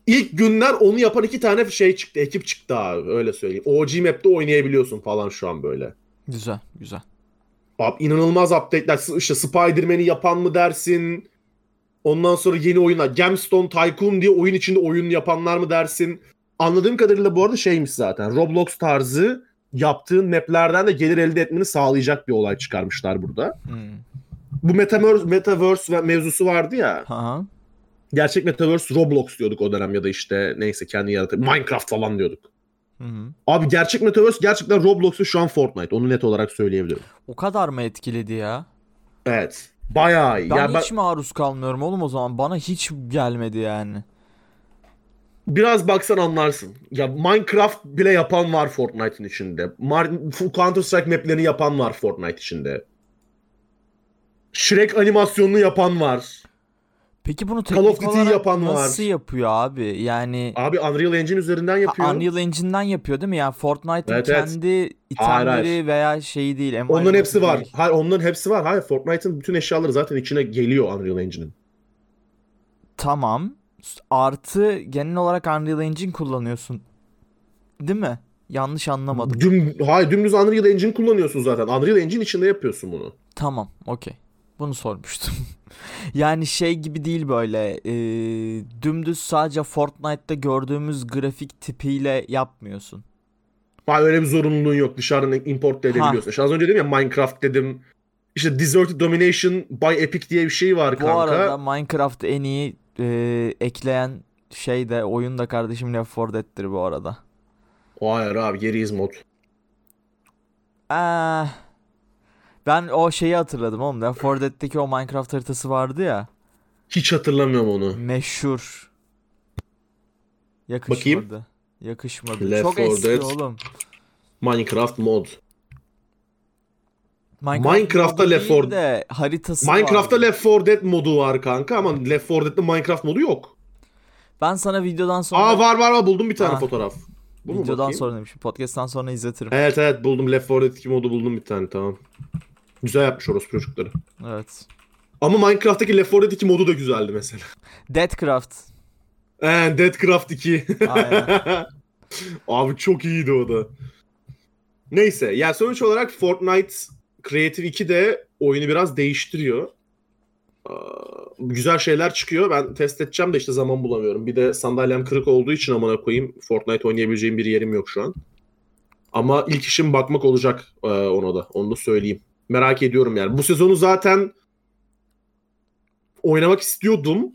İlk günler onu yapan iki tane şey çıktı. Ekip çıktı abi. Öyle söyleyeyim. O G map'te oynayabiliyorsun falan şu an böyle. Güzel güzel. Abi inanılmaz update'ler. İşte Spider-Man'i yapan mı dersin? Ondan sonra yeni oyunlar. Gemstone Tycoon diye oyun içinde oyun yapanlar mı dersin? Anladığım kadarıyla bu arada şeymiş zaten. Roblox tarzı yaptığın map'lerden de gelir elde etmeni sağlayacak bir olay çıkarmışlar burada. Hmm. Bu Metaverse, Metaverse mevzusu vardı ya. Aha. Gerçek Metaverse Roblox diyorduk o dönem ya da işte neyse kendi yaratı Minecraft falan diyorduk. Hı hı. Abi gerçek Metaverse gerçekten Roblox ve şu an Fortnite. Onu net olarak söyleyebilirim. O kadar mı etkiledi ya? Evet. Bayağı iyi. Ben Yani hiç maruz kalmıyorum oğlum o zaman. Bana hiç gelmedi yani. biraz baksan anlarsın. Ya Minecraft bile yapan var Fortnite'ın içinde. Mar- Counter Strike maplerini yapan var Fortnite içinde. Shrek animasyonunu yapan var. Peki bunu Call of teknik Duty'yi olarak yapan nasıl var. yapıyor abi? Yani Abi Unreal Engine üzerinden yapıyor. ha, Unreal Engine'den yapıyor değil mi? Yani Fortnite'ın Evet, evet. kendi Hayır, itemleri hayır. veya şeyi değil. Onların environment'ı hepsi var. değil. Hayır, onların hepsi var. Hayır, Fortnite'ın bütün eşyaları zaten içine geliyor Unreal Engine'in. Tamam. Artı genel olarak Unreal Engine kullanıyorsun. Değil mi? Yanlış anlamadım. Düm, hayır, dümdüz Unreal Engine kullanıyorsun zaten. Unreal Engine içinde yapıyorsun bunu. Tamam, okey. Bunu sormuştum. Yani şey gibi değil böyle e, dümdüz sadece Fortnite'ta gördüğümüz grafik tipiyle yapmıyorsun. Hayır, öyle bir zorunluluğun yok. Dışarıdan import da Ha. edebiliyorsun. İşte az önce dedim ya Minecraft dedim. İşte Deserted Domination by Epic diye bir şey var Bu kanka. arada Minecraft en iyi e, ekleyen şey de oyun da kardeşim Left four Dead'tir bu arada. Hayır abi, geriyiz mod. Ah, ben o şeyi hatırladım oğlum. Left four Dead'teki o Minecraft haritası vardı ya. Hiç hatırlamıyorum onu. Meşhur. Yakışmadı. Bakayım. Yakışmadı. Left Çok four eski Dead oğlum. Minecraft mod. Minecraft Minecraft'ta modu Left değil four de haritası Minecraft'ta vardı. Left four Dead modu var kanka ama Left four Dead'de Minecraft modu yok. Ben sana videodan sonra Aa, var var var, buldum bir tane Ah, fotoğraf. Bu mu videodan bakayım? sonra demişim. Podcast'tan sonra izletirim. Evet evet, buldum. Left four Dead iki modu buldum bir tane, tamam. Güzel yapmış orası çocukları. Evet. Ama Minecraft'taki Left four Dead iki modu da güzeldi mesela. Deathcraft. Ee, Deadcraft iki. Aynen. Abi çok iyiydi o da. Neyse, yani sonuç olarak Fortnite Creative iki de oyunu biraz değiştiriyor. Aa, güzel şeyler çıkıyor. Ben test edeceğim de işte zaman bulamıyorum. Bir de sandalyem kırık olduğu için amına koyayım Fortnite oynayabileceğim bir yerim yok şu an. Ama ilk işim bakmak olacak e, ona da. Onu da söyleyeyim. Merak ediyorum yani. Bu sezonu zaten oynamak istiyordum.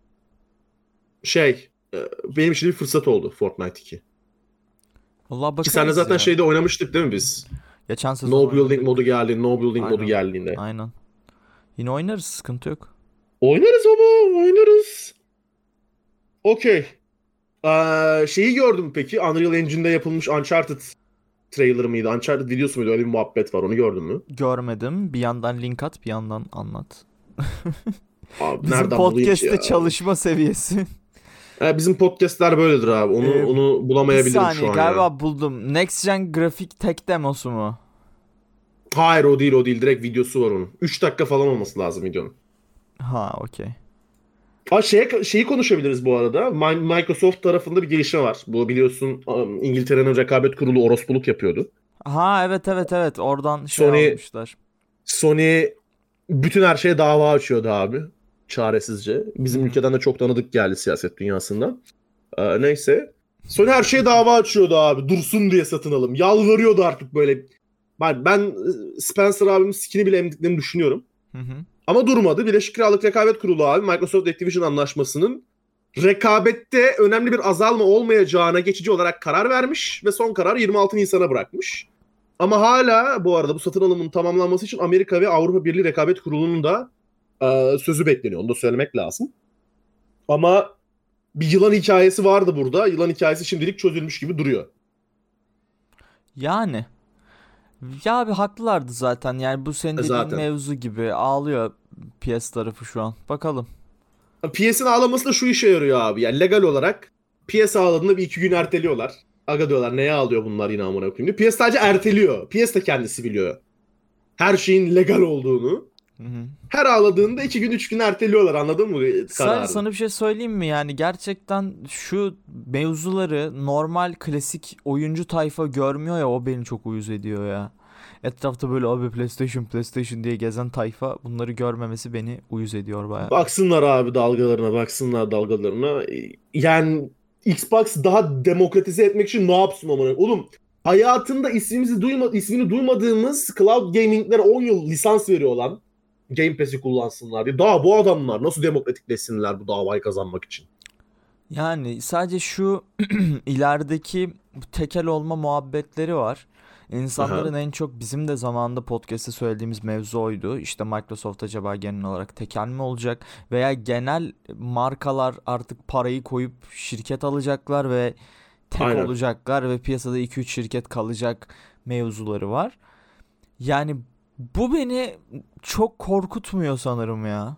Şey, e, benim için bir fırsat oldu Fortnite iki. Vallahi Ki bakarız senle zaten ya. şeyde oynamıştık değil mi biz? Geçen sezon No Building oynadık. modu geldi, No Building modu Aynen. geldiğinde. Aynen. Yine oynarız, sıkıntı yok. Oynarız baba, oynarız. Okey. Ee, şeyi gördüm peki. Unreal Engine'de yapılmış Uncharted trailer mıydı? Uncharted videosu muydu? Öyle bir muhabbet var. Onu gördün mü? Görmedim. Bir yandan link at, bir yandan anlat. Abi Bizim nereden bulayım ki podcast'te ya? çalışma seviyesi. He, bizim podcastler böyledir abi. Onu Ee, onu Bir bulamayabilirim saniye, şu an galiba ya. buldum. Next Gen grafik tek demosu mu? Hayır, o değil o değil. Direkt videosu var onun. üç dakika falan olması lazım videonun. Ha, okey. Aa, şeye, şeyi konuşabiliriz bu arada. Mi- Microsoft tarafında bir gelişme var. Bu biliyorsun um, İngiltere'nin rekabet kurulu orospuluk yapıyordu. Ha, evet evet evet, oradan şey Sony almışlar. Sony bütün her şeye dava açıyordu abi. Çaresizce. Bizim Hı hı. ülkeden de çok tanıdık geldi siyaset dünyasından. Ee, neyse. Sony her şeye dava açıyordu abi. Dursun diye satın alım. Yalvarıyordu artık böyle. Ben, ben Spencer abimin skin'i bile emdiklerini düşünüyorum. Hı hı. Ama durmadı. Birleşik Krallık Rekabet Kurulu abi Microsoft Activision anlaşmasının rekabette önemli bir azalma olmayacağına geçici olarak karar vermiş ve son karar yirmi altı Nisan'a bırakmış. Ama hala bu arada bu satın alımın tamamlanması için Amerika ve Avrupa Birliği Rekabet Kurulu'nun da e, sözü bekleniyor. Onu da söylemek lazım. Ama bir yılan hikayesi vardı burada. Yılan hikayesi şimdilik çözülmüş gibi duruyor. Yani. Ya abi haklılardı zaten. Yani bu senin E, dediğin zaten. mevzu gibi. Ağlıyor P S tarafı şu an. Bakalım. P S'in ağlaması da şu işe yarıyor abi. Yani legal olarak P S ağladığında bir iki gün erteliyorlar. Aga diyorlar, neye ağlıyor bunlar yine amına koyayım diye. P S sadece erteliyor. P S de kendisi biliyor her şeyin legal olduğunu. Hı hı. Her ağladığında iki gün üç gün erteliyorlar, anladın mı Sen, kararı? sana bir şey söyleyeyim mi? Yani gerçekten şu mevzuları normal klasik oyuncu tayfa görmüyor ya, o beni çok uyuz ediyor ya. Etrafta böyle abi PlayStation PlayStation diye gezen tayfa bunları görmemesi beni uyuz ediyor bayağı. Baksınlar abi dalgalarına, baksınlar dalgalarına. Yani Xbox daha demokratize etmek için ne yapsın amına? Oğlum hayatında ismimizi duyma, ismini duymadığımız cloud gaming'lere on yıl lisans veriyor lan. Game Pass'i kullansınlar diye. Daha bu adamlar nasıl demokratikleşsinler bu davayı kazanmak için? Yani sadece şu ilerideki tekel olma muhabbetleri var. Aha. İnsanların en çok bizim de zamanında podcast'te söylediğimiz mevzu oydu. İşte Microsoft acaba genel olarak tekel mi olacak? Veya genel markalar artık parayı koyup şirket alacaklar ve tek Aynen. olacaklar ve piyasada iki üç şirket kalacak mevzuları var. Yani bu beni çok korkutmuyor sanırım ya.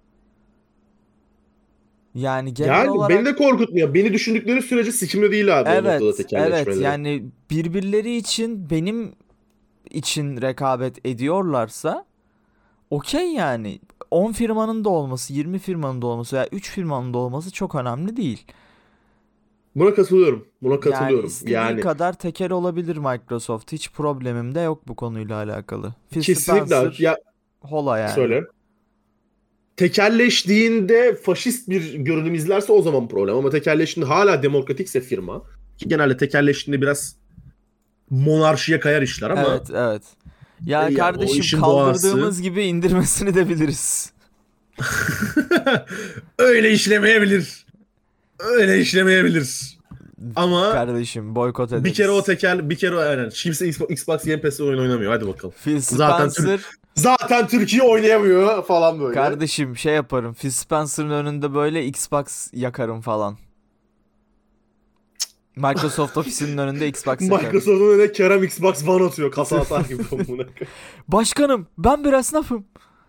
Yani genel Yani beni olarak de korkutmuyor. Beni düşündükleri sürece sikimde değil abi o noktada evet, evet, tekelleşmeleri. yani birbirleri için benim için rekabet ediyorlarsa okey yani. on firmanın da olması, yirmi firmanın da olması veya üç firmanın da olması çok önemli değil. Buna katılıyorum. Buna Yani katılıyorum. istediği Yani kadar tekel olabilir Microsoft. Hiç problemim de yok bu konuyla alakalı. Phil kesinlikle abi. Spencer, Ya hola yani. söyle. Tekelleştiğinde faşist bir görünüm izlerse o zaman problem. Ama tekelleştiğinde hala demokratikse firma, ki genelde tekelleştiğinde biraz monarşiye kayar işler ama Evet, evet. e, Ya yani o kardeşim, işin doğası kaldırdığımız gibi indirmesini de biliriz. öyle işlemeyebilir. Öyle işlemeyebilir. Ama Kardeşim boykot bir kere o ederiz. tekel, bir kere o aynen. Kimse Xbox, Xbox Game Pass'te oyun oynamıyor. Hadi bakalım. Phil Zaten Tür Spencer, zaten Türkiye oynayamıyor falan böyle. kardeşim şey yaparım. Phil Spencer'ın önünde böyle Xbox yakarım falan. Microsoft ofisinin önünde Xbox yakarım. Microsoft'un önüne Kerem Xbox One atıyor. Kasa atar gibi. Amına. Başkanım, ben bir esnafım.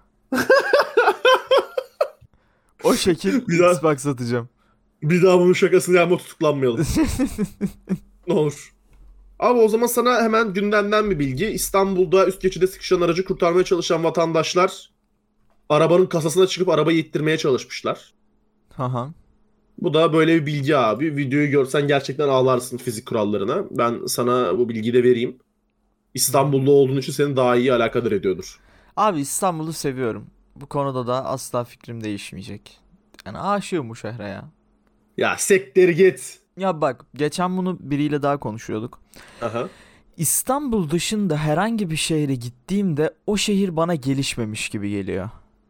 O şekil bir daha Xbox atacağım. bir daha bunun şakasını yapma, tutuklanmayalım. Ne olur. Abi o zaman sana hemen gündemden bir bilgi. İstanbul'da üst geçide sıkışan aracı kurtarmaya çalışan vatandaşlar arabanın kasasına çıkıp arabayı ittirmeye çalışmışlar. Haha. Bu da böyle bir bilgi abi. Videoyu görsen gerçekten ağlarsın fizik kurallarına. Ben sana bu bilgiyi de vereyim. Hı hı. İstanbullu olduğun için seni daha iyi alakadar ediyordur. Abi İstanbul'u seviyorum. Bu konuda da asla fikrim değişmeyecek. Yani aşığım bu şehre ya. Ya sektir git. Ya bak, geçen bunu biriyle daha konuşuyorduk. Aha. İstanbul dışında herhangi bir şehre gittiğimde o şehir bana gelişmemiş gibi geliyor.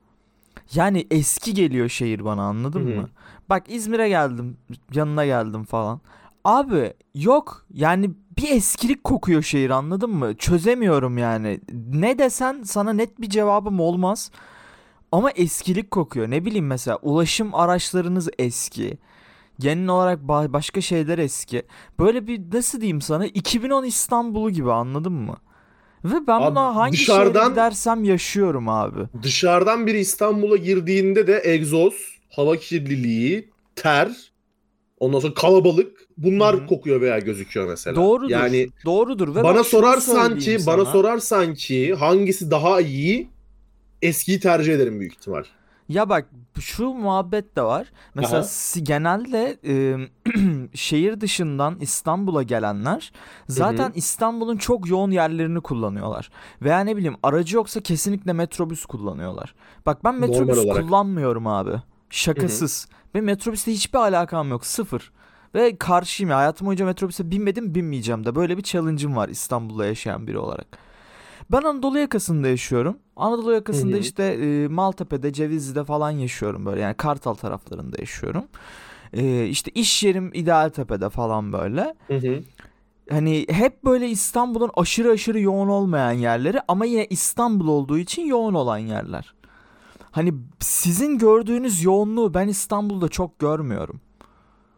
Yani eski geliyor şehir bana, Hı anladın hı. mı? Bak, İzmir'e geldim, yanına geldim falan. Abi yok yani, bir eskilik kokuyor şehir, anladın mı? Çözemiyorum yani. Ne desen sana net bir cevabım olmaz. Ama eskilik kokuyor. Ne bileyim, mesela ulaşım araçlarınız eski. Genel olarak ba- başka şeyler eski. Böyle bir, nasıl diyeyim sana, iki bin on İstanbul'u gibi, anladın mı? Ve ben Abi buna hangi şehre dışarıdan gidersem yaşıyorum abi. dışarıdan biri İstanbul'a girdiğinde de egzoz, hava kirliliği, ter, ondan sonra kalabalık, Hı bunlar hı. kokuyor veya gözüküyor mesela. Doğrudur. Yani Doğrudur ve bak bana şunu sorarsan söyleyeyim ki bana sana. sorarsan ki hangisi daha iyi, eskiyi tercih ederim büyük ihtimal. Ya bak, şu muhabbet de var. Mesela Aha. si- genelde e, şehir dışından İstanbul'a gelenler Hı zaten hı. İstanbul'un çok yoğun yerlerini kullanıyorlar. Veya ne bileyim, aracı yoksa kesinlikle metrobüs kullanıyorlar. Bak, ben Normal metrobüs olarak. kullanmıyorum abi. Hı hı. Şakasız. Ve metrobüste hiçbir alakam yok. Sıfır. Ve karşıyım ya. Hayatım boyunca metrobüse binmedim, binmeyeceğim de. Böyle bir challenge'ım var İstanbul'da yaşayan biri olarak. Ben Anadolu yakasında yaşıyorum. Anadolu Hı yakasında hı. işte e, Maltepe'de, Cevizli'de falan yaşıyorum böyle. Yani Kartal taraflarında yaşıyorum. E, işte iş yerim İdealtepe'de falan böyle. Hı hı. Hani hep böyle İstanbul'un aşırı aşırı yoğun olmayan yerleri ama yine İstanbul olduğu için yoğun olan yerler. Hani sizin gördüğünüz yoğunluğu ben İstanbul'da çok görmüyorum.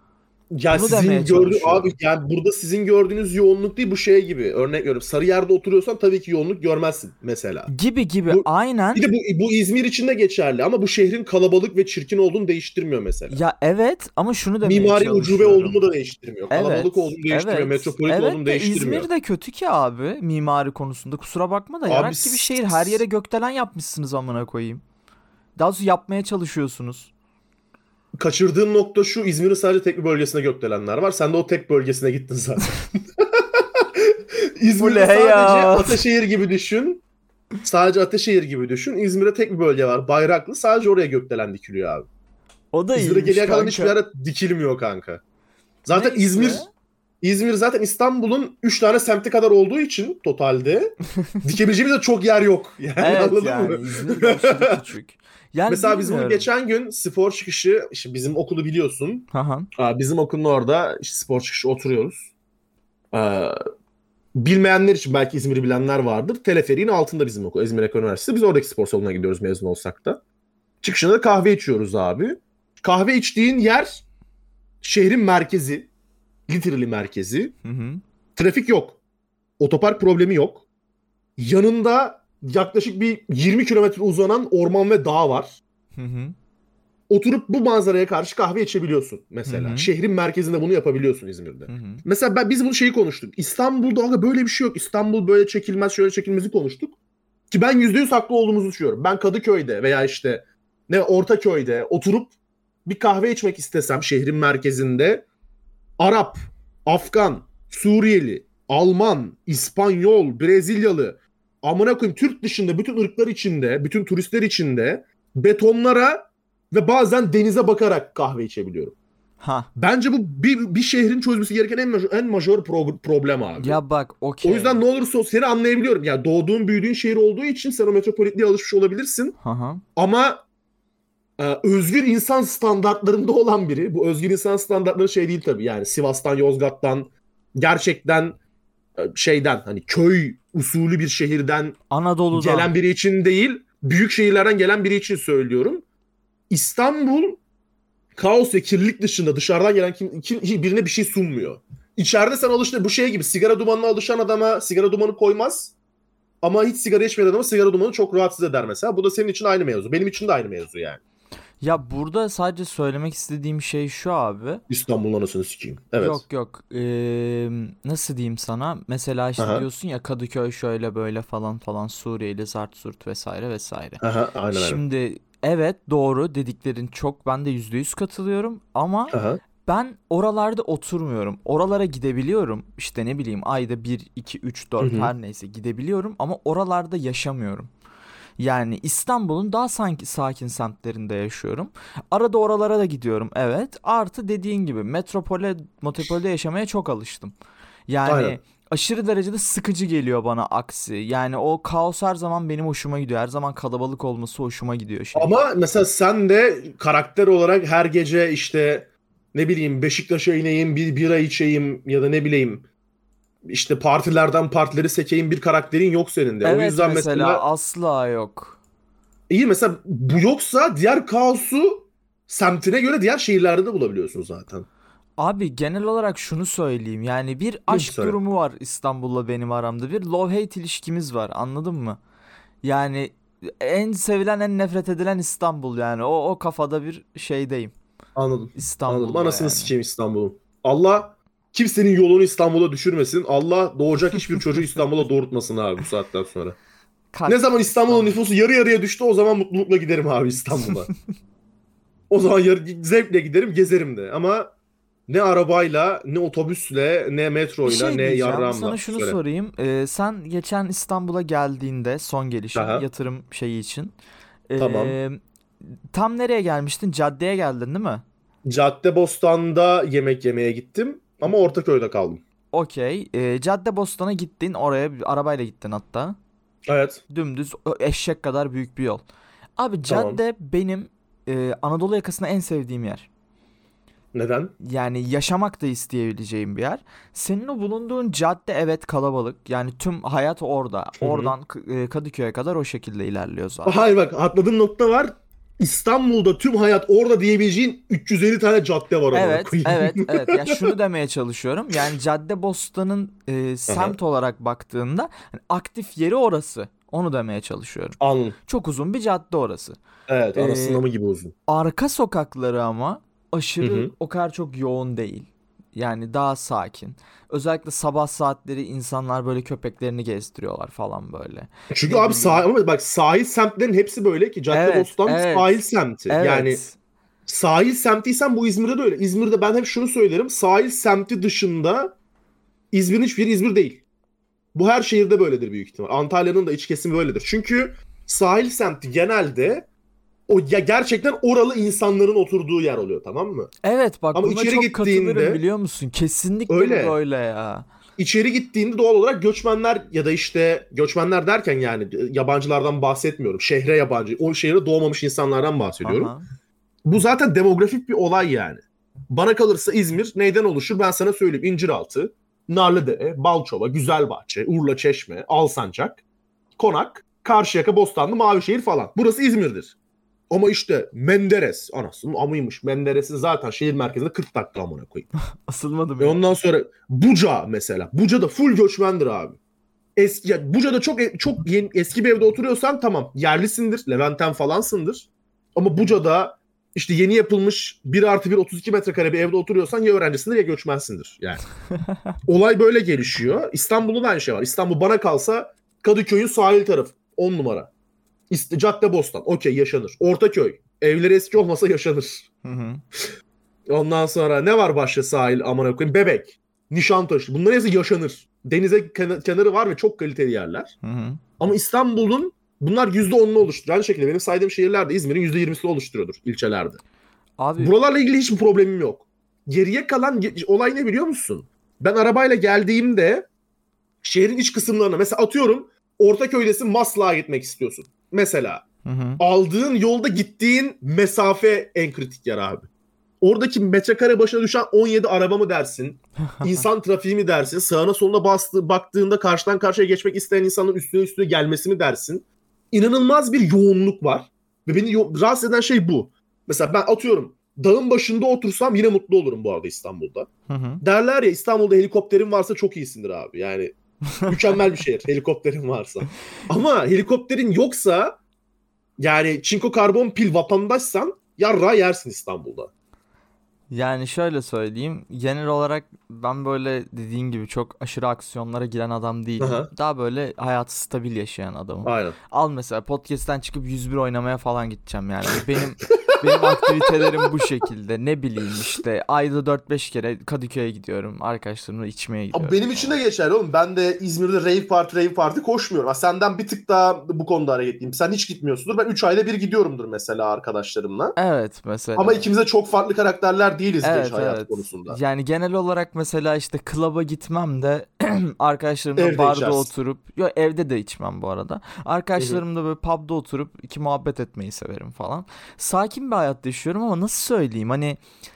Ya Bunu demeye sizin gördüğünüz abi, çalışıyorum. yani burada sizin gördüğünüz yoğunluk değil, bu şey gibi. Örnek veriyorum. Sarıyer'de oturuyorsan tabii ki yoğunluk görmezsin mesela. Gibi gibi Bu bir aynen. de bu, bu İzmir için de geçerli ama bu şehrin kalabalık ve çirkin olduğunu değiştirmiyor mesela. Ya evet ama şunu demeye Mimari ucube olduğunu çalışıyorum. da değiştirmiyor. Kalabalık Evet, olduğunu değiştirmiyor. evet, Metropolit olduğunu evet de değiştirmiyor. İzmir de kötü ki abi mimari konusunda. Kusura bakma da Abi yarak gibi şehir. Her yere s- gökdelen yapmışsınız amına koyayım. Daha doğrusu yapmaya çalışıyorsunuz. kaçırdığın nokta şu: İzmir'in sadece tek bir bölgesine gökdelenler var. Sen de o tek bölgesine gittin zaten. Bu İzmir'de ne sadece ya? Ataşehir gibi düşün. Sadece Ataşehir gibi düşün. İzmir'de tek bir bölge var. Bayraklı. Sadece oraya gökdelen dikiliyor abi. O da İzmir'e iyiymiş geriye kalan hiçbir kanka. yere dikilmiyor kanka. Zaten Neyse. İzmir İzmir zaten İstanbul'un üç tane semti kadar olduğu için totalde dikebileceğimiz de çok yer yok. Yani Evet anladın yani mı? İzmir de aşırı küçük. Yani Mesela biz bunu bilmiyorum. geçen gün spor çıkışı, işte bizim okulu biliyorsun. Haha. Aa, bizim okulun orada işte spor çıkışı oturuyoruz. Ee, bilmeyenler için, belki İzmir'i bilenler vardır. Teleferiğin altında bizim okul. İzmir Ekonomi Üniversitesi. Biz oradaki spor salonuna gidiyoruz mezun olsak da. Çıkışında da kahve içiyoruz abi. Kahve içtiğin yer şehrin merkezi. Literally merkezi. Hı hı. Trafik yok. Otopark problemi yok. Yanında yaklaşık bir yirmi kilometre uzanan orman ve dağ var. Hı hı. Oturup bu manzaraya karşı kahve içebiliyorsun mesela. Hı hı. Şehrin merkezinde bunu yapabiliyorsun İzmir'de. Hı hı. Mesela ben, biz bunu şeyi konuştuk. İstanbul'da aga böyle bir şey yok. İstanbul böyle çekilmez, şöyle çekilmezi konuştuk. Ki ben yüzde yüz haklı olduğumuzu düşünüyorum. Ben Kadıköy'de veya işte ne Ortaköy'de oturup bir kahve içmek istesem şehrin merkezinde, Arap, Afgan, Suriyeli, Alman, İspanyol, Brezilyalı, amına koyayım Türk dışında bütün ırklar içinde, bütün turistler içinde betonlara ve bazen denize bakarak kahve içebiliyorum. Ha. Bence bu bir, bir şehrin çözmesi gereken en majör, en majör pro- problem abi. Ya bak O yüzden okey. ne olursa olsun seni anlayabiliyorum. Yani doğduğun büyüdüğün şehir olduğu için sen o metropolitliğe alışmış olabilirsin. Haha. Ama e, özgür insan standartlarında olan biri. Bu özgür insan standartları şey değil tabii. Yani Sivas'tan, Yozgat'tan, gerçekten e, şeyden, hani köy usulü bir şehirden Anadolu'dan. gelen biri için değil, büyük şehirlerden gelen biri için söylüyorum. İstanbul kaos ve kirlilik dışında dışarıdan gelen kim, kim birine bir şey sunmuyor. İçeride sen alıştın, bu şey gibi, sigara dumanına alışan adama sigara dumanı koymaz. Ama hiç sigara içmeyen adama sigara dumanı çok rahatsız eder mesela. Bu da senin için aynı mevzu. Benim için de aynı mevzu yani. Ya burada sadece söylemek istediğim şey şu abi. İstanbul'un anasını sikeyim. Evet. Yok yok. Ee, nasıl diyeyim sana? Mesela işte Aha. diyorsun ya Kadıköy şöyle böyle falan falan Suriyeli zart zurt vesaire vesaire. Aha, aynen öyle. Şimdi evet doğru dediklerin çok, ben de yüzde yüz katılıyorum ama Aha. ben oralarda oturmuyorum. Oralara gidebiliyorum. İşte ne bileyim ayda bir, iki, üç, Hı dört hı. her neyse gidebiliyorum ama oralarda yaşamıyorum. Yani İstanbul'un daha sanki sakin semtlerinde yaşıyorum. Arada oralara da gidiyorum evet. Artı dediğin gibi metropole, metropolde yaşamaya çok alıştım. Aynen. Yani aşırı derecede sıkıcı geliyor bana aksi. Yani o kaos her zaman benim hoşuma gidiyor. Her zaman kalabalık olması hoşuma gidiyor şehrin. Ama mesela sen de karakter olarak her gece işte ne bileyim Beşiktaş'a ineyim, bir bira içeyim ya da ne bileyim işte partilerden partileri sekeyim bir karakterin yok senin de. O Evet yüzden mesela mesela asla yok. iyi, mesela bu yoksa diğer kaosu semtine göre diğer şehirlerde de bulabiliyorsun zaten. Abi genel olarak şunu söyleyeyim. Yani bir Hı, aşk söyle. durumu var İstanbul'la benim aramda. Bir love-hate ilişkimiz var. Anladın mı? Yani en sevilen en nefret edilen İstanbul yani. O o kafada bir şeydeyim. Anladım. Anladım. İstanbul'la Anasını yani. sikeyim İstanbul'un. Allah kimsenin yolunu İstanbul'a düşürmesin. Allah doğacak hiçbir çocuğu İstanbul'a doğurtmasın abi bu saatten sonra. Ne zaman Kalpten İstanbul'un İstanbul. nüfusu yarı yarıya düştü, o zaman mutlulukla giderim abi İstanbul'a. O zaman yarı, zevkle giderim, gezerim de. Ama ne arabayla, ne otobüsle, ne Bir metroyla, şey ne diyeceğim. Sana yarrağımla. şunu Söyle. sorayım. Ee, sen geçen İstanbul'a geldiğinde son gelişin Aha, yatırım şeyi için. tamam. ee, tam nereye gelmiştin? Caddeye geldin değil mi? Caddebostan'da yemek yemeye gittim ama Ortaköy'de kaldım. Okey. Ee, Caddebostan'a gittin. Oraya bir arabayla gittin hatta. Evet, Dümdüz ö- eşek kadar büyük bir yol. Abi tamam. cadde benim e, Anadolu yakasında en sevdiğim yer. Neden? Yani yaşamak da isteyebileceğim bir yer. Senin o bulunduğun cadde evet kalabalık. Yani tüm hayat orada. Hı hı. Oradan K- e, Kadıköy'e kadar o şekilde ilerliyor zaten. Hayır bak, atladığın nokta var. İstanbul'da tüm hayat orada diyebileceğin üç yüz elli tane cadde var. Evet, evet, evet. Ya şunu demeye çalışıyorum. Yani Caddebostan'ın e, semt olarak baktığında hani aktif yeri orası. Onu demeye çalışıyorum. Anladım. Çok uzun bir cadde orası. Evet, Ee, anasının amı gibi uzun. Arka sokakları ama aşırı Hı hı. o kadar çok yoğun değil. Yani daha sakin. Özellikle sabah saatleri insanlar böyle köpeklerini gezdiriyorlar falan böyle. Çünkü Ne abi bileyim. sahil, ama bak sahil semtlerin hepsi böyle ki Evet, Caddebostan evet, sahil semti. Yani evet. sahil semtiysen bu İzmir'de de öyle. İzmir'de ben hep şunu söylerim. Sahil semti dışında İzmir'in hiçbir yeri İzmir değil. Bu her şehirde böyledir büyük ihtimal. Antalya'nın da iç kesimi böyledir. Çünkü sahil semti genelde o ya gerçekten oralı insanların oturduğu yer oluyor, tamam mı? Evet bak Ama buna içeri çok katılırım gittiğinde biliyor musun? Kesinlikle öyle. böyle ya. İçeri gittiğinde doğal olarak göçmenler ya da işte göçmenler derken yani yabancılardan bahsetmiyorum. Şehre yabancı, o şehre doğmamış insanlardan bahsediyorum. Aha. Bu zaten demografik bir olay yani. Bana kalırsa İzmir neyden oluşur ben sana söyleyeyim. İnciraltı, Narlıdere, Balçova, Güzelbahçe, Urla Çeşme, Alsancak, Konak, Karşıyaka, Bostanlı, Mavişehir falan. Burası İzmir'dir. Ama işte Menderes, anasının amıymış. Menderes'in zaten şehir merkezinde kırk dakika amına koyayım. Asılmadım Ve ya. ondan sonra Buca mesela. Buca'da full göçmendir abi. Eski, ya Buca'da çok çok yeni, eski bir evde oturuyorsan tamam yerlisindir. Levent'ten falansındır. Ama Buca'da işte yeni yapılmış bir artı bir otuz iki metrekare bir evde oturuyorsan ya öğrencisindir ya göçmensindir yani. Olay böyle gelişiyor. İstanbul'un aynı şey var. İstanbul bana kalsa Kadıköy'ün sahil tarafı on numara. İşte Caddebostan okey yaşanır. Ortaköy evleri eski olmasa yaşanır. Hı hı. Ondan sonra ne var başka sahil amına koyayım? Bebek, Nişantaşı. Bunlar hepsi yaşanır. Denize kenarı var ve çok kaliteli yerler. Hı hı. Ama İstanbul'un bunlar yüzde onunu oluşturuyor. Aynı şekilde benim saydığım şehirler de İzmir'in yüzde yirmisini oluşturuyordur ilçelerde. Abi Buralarla ilgili hiçbir problemim yok. Geriye kalan olay ne biliyor musun? Ben arabayla geldiğimde şehrin iç kısımlarına mesela atıyorum Ortaköy'desin Maslak'a gitmek istiyorsun. Mesela hı hı. aldığın yolda gittiğin mesafe en kritik yer abi. Oradaki metrekare başına düşen on yedi araba mı dersin? İnsan trafiği mi dersin? Sağına soluna bastı, baktığında karşıdan karşıya geçmek isteyen insanların üstüne üstüne gelmesi mi dersin? İnanılmaz bir yoğunluk var. Ve beni yo- rahatsız eden şey bu. Mesela ben atıyorum dağın başında otursam yine mutlu olurum bu arada İstanbul'da. Hı hı. Derler ya İstanbul'da helikopterin varsa çok iyisindir abi. Yani mükemmel bir şehir helikopterin varsa. Ama helikopterin yoksa yani çinko karbon pil vatandaşsan yarrağı yersin İstanbul'da. Yani şöyle söyleyeyim. Genel olarak ben böyle dediğin gibi çok aşırı aksiyonlara giren adam değilim. Aha. Daha böyle hayatı stabil yaşayan adamım. Aynen. Al mesela podcast'ten çıkıp yüz bir oynamaya falan gideceğim yani. Benim benim aktivitelerim bu şekilde. Ne bileyim işte ayda dört beş kere Kadıköy'e gidiyorum. Arkadaşlarımla içmeye gidiyorum. Abi benim için de geçerli oğlum. Ben de İzmir'de rave party rave party koşmuyorum. Ha, senden bir tık daha bu konuda hareketliyim. Sen hiç gitmiyorsundur. Ben üç ayda bir gidiyorumdur mesela arkadaşlarımla. Evet mesela. Ama ikimiz de çok farklı karakterler değiliz Evet, genç hayat evet. konusunda. Yani genel olarak mesela işte klaba gitmem de arkadaşlarımla Evde barda içersin. oturup, yok evde de içmem bu arada. Arkadaşlarımla böyle pub'da oturup iki muhabbet etmeyi severim falan. Sakin bir hayat yaşıyorum ama nasıl söyleyeyim hani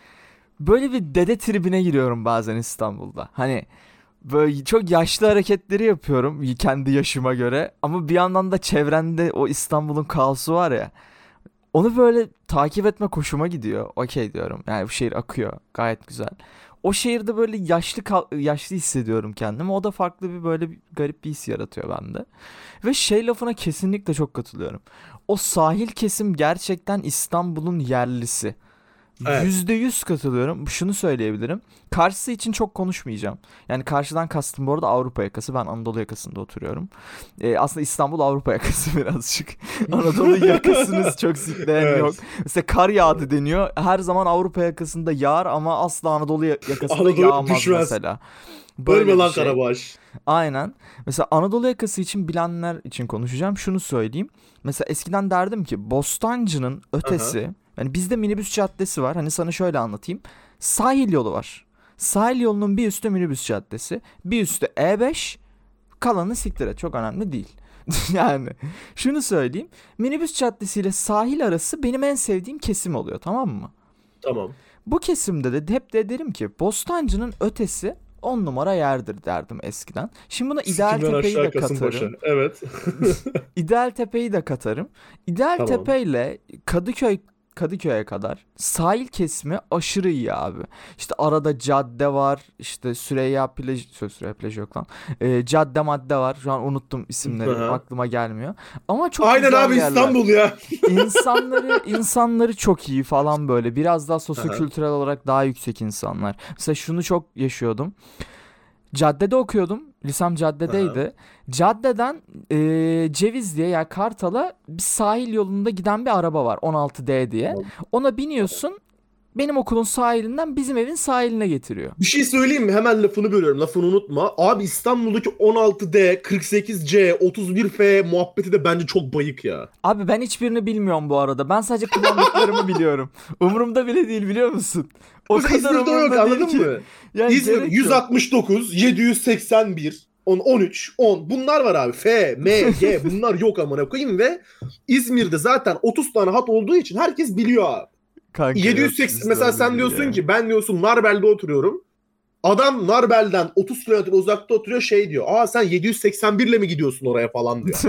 böyle bir dede tribine giriyorum bazen İstanbul'da. Hani böyle çok yaşlı hareketleri yapıyorum kendi yaşıma göre ama bir yandan da çevrende o İstanbul'un kaosu var ya. Onu böyle takip etme hoşuma gidiyor. Okey diyorum. Yani bu şehir akıyor. Gayet güzel. O şehirde böyle yaşlı kal- yaşlı hissediyorum kendimi. O da farklı bir böyle bir garip bir his yaratıyor bende. Ve şey lafına kesinlikle çok katılıyorum. O sahil kesim gerçekten İstanbul'un yerlisi. Evet. yüzde yüz katılıyorum. Şunu söyleyebilirim. Karşısı için çok konuşmayacağım. Yani karşıdan kastım bu arada Avrupa yakası. Ben Anadolu yakasında oturuyorum. Ee, aslında İstanbul Avrupa yakası birazcık. Anadolu yakasını çok sikleyen Evet. yok. Mesela kar yağdı deniyor. Her zaman Avrupa yakasında yağar ama asla Anadolu yakasında Anadolu yağmaz düşmez. mesela. Böyle Ölme bir lan şey. Karabaş. Aynen. Mesela Anadolu yakası için bilenler için konuşacağım. Şunu söyleyeyim. Mesela eskiden derdim ki Bostancı'nın ötesi. Yani bizde minibüs caddesi var. Hani sana şöyle anlatayım. Sahil yolu var. Sahil yolunun bir üstü minibüs caddesi. Bir üstü E beş. Kalanı siktir et. Çok önemli değil. Yani şunu söyleyeyim. Minibüs caddesi ile sahil arası benim en sevdiğim kesim oluyor. Tamam mı? Tamam. Bu kesimde de hep de derim ki Bostancı'nın ötesi on numara yerdir derdim eskiden. Şimdi buna İdealtepe'yi de katarım. Evet. İdealtepe'yi de katarım. İdealtepe Tamam. ile Kadıköy Kadıköy'e kadar sahil kesimi aşırı iyi abi. İşte arada cadde var. İşte Süreyya plaj, Süreyya plaj yok lan. Ee, cadde madde var. Şu an unuttum isimleri. Aha. Aklıma gelmiyor. Ama çok Aynen güzel abi, yerler. İstanbul ya. İnsanları insanları çok iyi falan böyle. Biraz daha Aha. sosyokültürel olarak daha yüksek insanlar. Mesela şunu çok yaşıyordum. Caddede okuyordum. Lisem caddedeydi. Aha. Caddeden e, Cevizli'ye yani Kartal'a bir sahil yolunda giden bir araba var. on altı D diye. Tamam. Ona biniyorsun. Benim okulun sahilinden bizim evin sahiline getiriyor. Bir şey söyleyeyim mi? Hemen lafını bölüyorum. Lafını unutma. Abi İstanbul'daki on altı D, kırk sekiz C, otuz bir F muhabbeti de bence çok bayık ya. Abi ben hiçbirini bilmiyorum bu arada. Ben sadece kullandıklarımı biliyorum. Umurumda bile değil, biliyor musun? O Mesela kadar İzmir'de o yok, umurumda değil anladın ki. mı? Yani İzmir gerek yok. yüz altmış dokuz, yedi yüz seksen bir, on, on üç, on. Bunlar var abi. F, M, G bunlar yok amına koyayım ve İzmir'de zaten otuz tane hat olduğu için herkes biliyor abi. Kanka yedi yüz yok, seksen bizde mesela öyle sen değil diyorsun ya. ki ben diyorsun Narbel'de oturuyorum. Adam Narbel'den otuz kilometre uzakta oturuyor, şey diyor. Aa sen yedi yüz seksen bir ile mi gidiyorsun oraya falan diyor.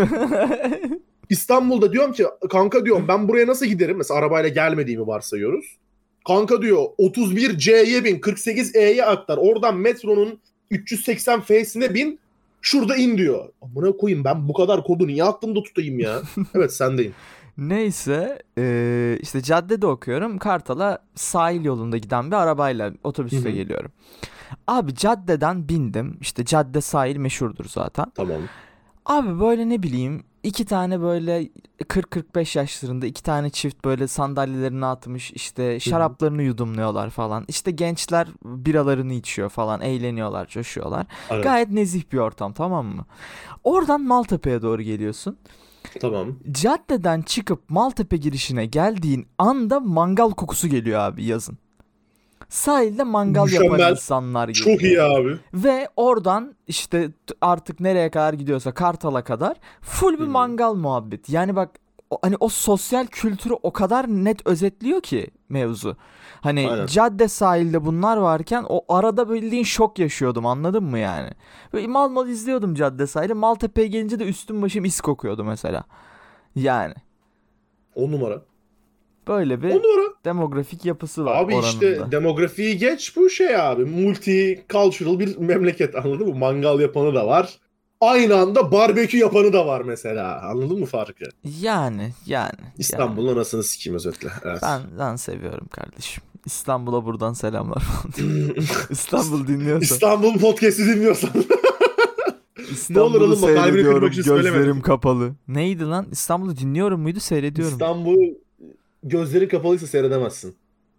İstanbul'da diyorum ki kanka diyorum ben buraya nasıl giderim? Mesela arabayla gelmediğimi varsayıyoruz. Kanka diyor otuz bir C'ye bin, kırk sekiz E'ye aktar. Oradan metronun üç yüz seksen F'sine bin. Şurada in diyor. Amına koyayım, ben bu kadar kodu niye aklımda tutayım ya? Evet, sendeyim. Neyse eee, işte caddede okuyorum. Kartal'a sahil yolunda giden bir arabayla otobüste Hı hı. geliyorum. Abi caddeden bindim. İşte cadde sahil meşhurdur zaten. Tamam. Abi böyle ne bileyim iki tane böyle kırk kırk beş yaşlarında iki tane çift böyle sandalyelerine atmış, işte şaraplarını yudumluyorlar falan. İşte gençler biralarını içiyor falan, eğleniyorlar, coşuyorlar. Evet. Gayet nezih bir ortam, tamam mı? Oradan Maltepe'ye doğru geliyorsun. Tamam. Caddeden çıkıp Maltepe girişine geldiğin anda mangal kokusu geliyor abi yazın. Sahilde mangal yapan Mükemmel. insanlar geliyor. Çok iyi abi. Ve oradan işte t- artık nereye kadar gidiyorsa Kartal'a kadar full bir Hı. mangal muhabbet. Yani bak o, hani o sosyal kültürü o kadar net özetliyor ki mevzu. Hani Aynen. cadde sahilde bunlar varken o arada bildiğin şok yaşıyordum, anladın mı yani? Böyle mal mal izliyordum cadde sahili. Maltepe'ye gelince de üstüm başım is kokuyordu mesela. Yani On numara. böyle On bir numara. demografik yapısı var Abi oranın işte da. demografiyi geç, bu şey abi. Multicultural bir memleket, anladın mı? Mangal yapanı da var. Aynı anda barbekü yapanı da var mesela. Anladın mı farkı? Yani yani yani. İstanbul'un anasını sikeyim özetle. Evet. Ben, ben seviyorum kardeşim. İstanbul'a buradan selamlar falan. İstanbul dinliyorsa. İstanbul podcast'i dinliyorsan. İstanbul'u Ne olur oğlum, bak, kalbini seyrediyorum, kırmak için gözlerim söylemedim. kapalı. Neydi lan? İstanbul'u dinliyorum muydu, seyrediyorum. İstanbul gözlerin kapalıysa seyredemezsin.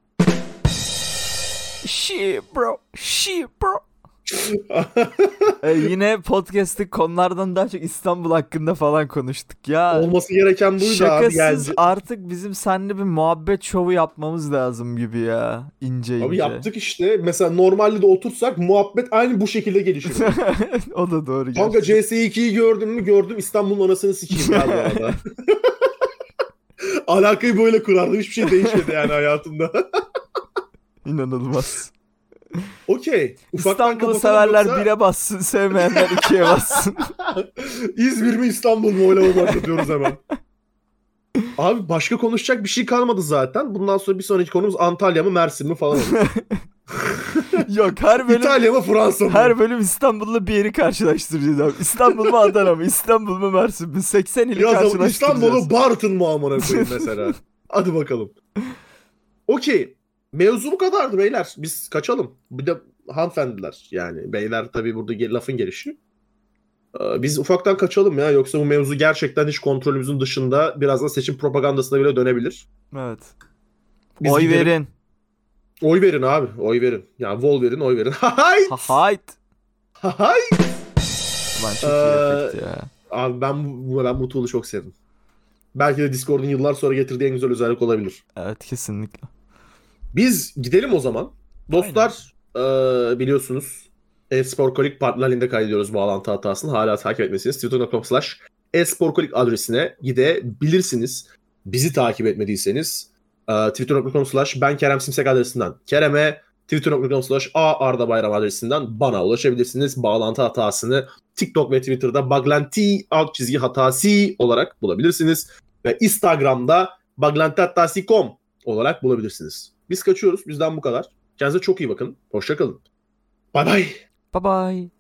Shit bro, shit bro. Ee, yine podcast'te konulardan daha çok İstanbul hakkında falan konuştuk ya. Olması gereken buydu abi. Şakasız Yani. artık bizim seninle bir muhabbet şovu yapmamız lazım gibi ya. İnce ince. Abi yaptık işte. Mesela normalde de otursak muhabbet aynı bu şekilde gelişir. O da doğru. Kanka gerçekten. C S ikiyi gördün mü? Gördüm. İstanbul'un anasını sikeyim ya bu arada. Alakayı böyle kurardım. Hiçbir şey değişmedi yani hayatımda. İnanılmaz. Okey. Ufaktan İstanbul'u kapatalım severler yoksa- bire bassın, sevmeyenler ikiye bassın. İzmir mi İstanbul mu, öyle başlatıyoruz hemen. Abi başka konuşacak bir şey kalmadı zaten. Bundan sonra bir sonraki konumuz Antalya mı Mersin mi falan olur. Yok, her bölüm İtalya mı Fransa mı? her bölüm İstanbul'la bir yeri karşılaştıracağız abi. İstanbul mu Adana mı? İstanbul mu Mersin mi? seksen ili Yazalım karşılaştıracağız. İstanbul'u Bartın mı amına koyayım mesela. Hadi bakalım. Okey. Mevzu bu kadardı beyler. Biz kaçalım. Bir de hanımefendiler, yani beyler tabii burada ge- lafın gelişi. Ee, Biz ufaktan kaçalım ya. Yoksa bu mevzu gerçekten hiç kontrolümüzün dışında, birazdan seçim propagandasına bile dönebilir. Evet. Biz Oy gidelim. verin. Oy verin abi. Oy verin. Yani vol verin, oy verin. Hayt! Ha hayt. Hayt! Lan çok Ee, iyi efekt ya. Abi ben bu, ben bu tool'u çok sevdim. Belki de Discord'un yıllar sonra getirdiği en güzel özellik olabilir. Evet, kesinlikle. Biz gidelim o zaman. Dostlar, eee, biliyorsunuz eSporkolik partnerliğinde kaydediyoruz bağlantı hatasını. Hala takip etmesiniz. twitter nokta com slash eSporkolik adresine gidebilirsiniz. Bizi takip etmediyseniz eee, twitter nokta com slash ben Kerem Simsek adresinden Kerem'e, twitter nokta com slash a arda bayram adresinden bana ulaşabilirsiniz. Bağlantı hatasını TikTok ve Twitter'da baglanti alt çizgi hatası olarak bulabilirsiniz. Ve Instagram'da baglanti hatası nokta com olarak bulabilirsiniz. Biz kaçıyoruz. Bizden bu kadar. Kendinize çok iyi bakın. Hoşça kalın. Bay bay. Bye bye.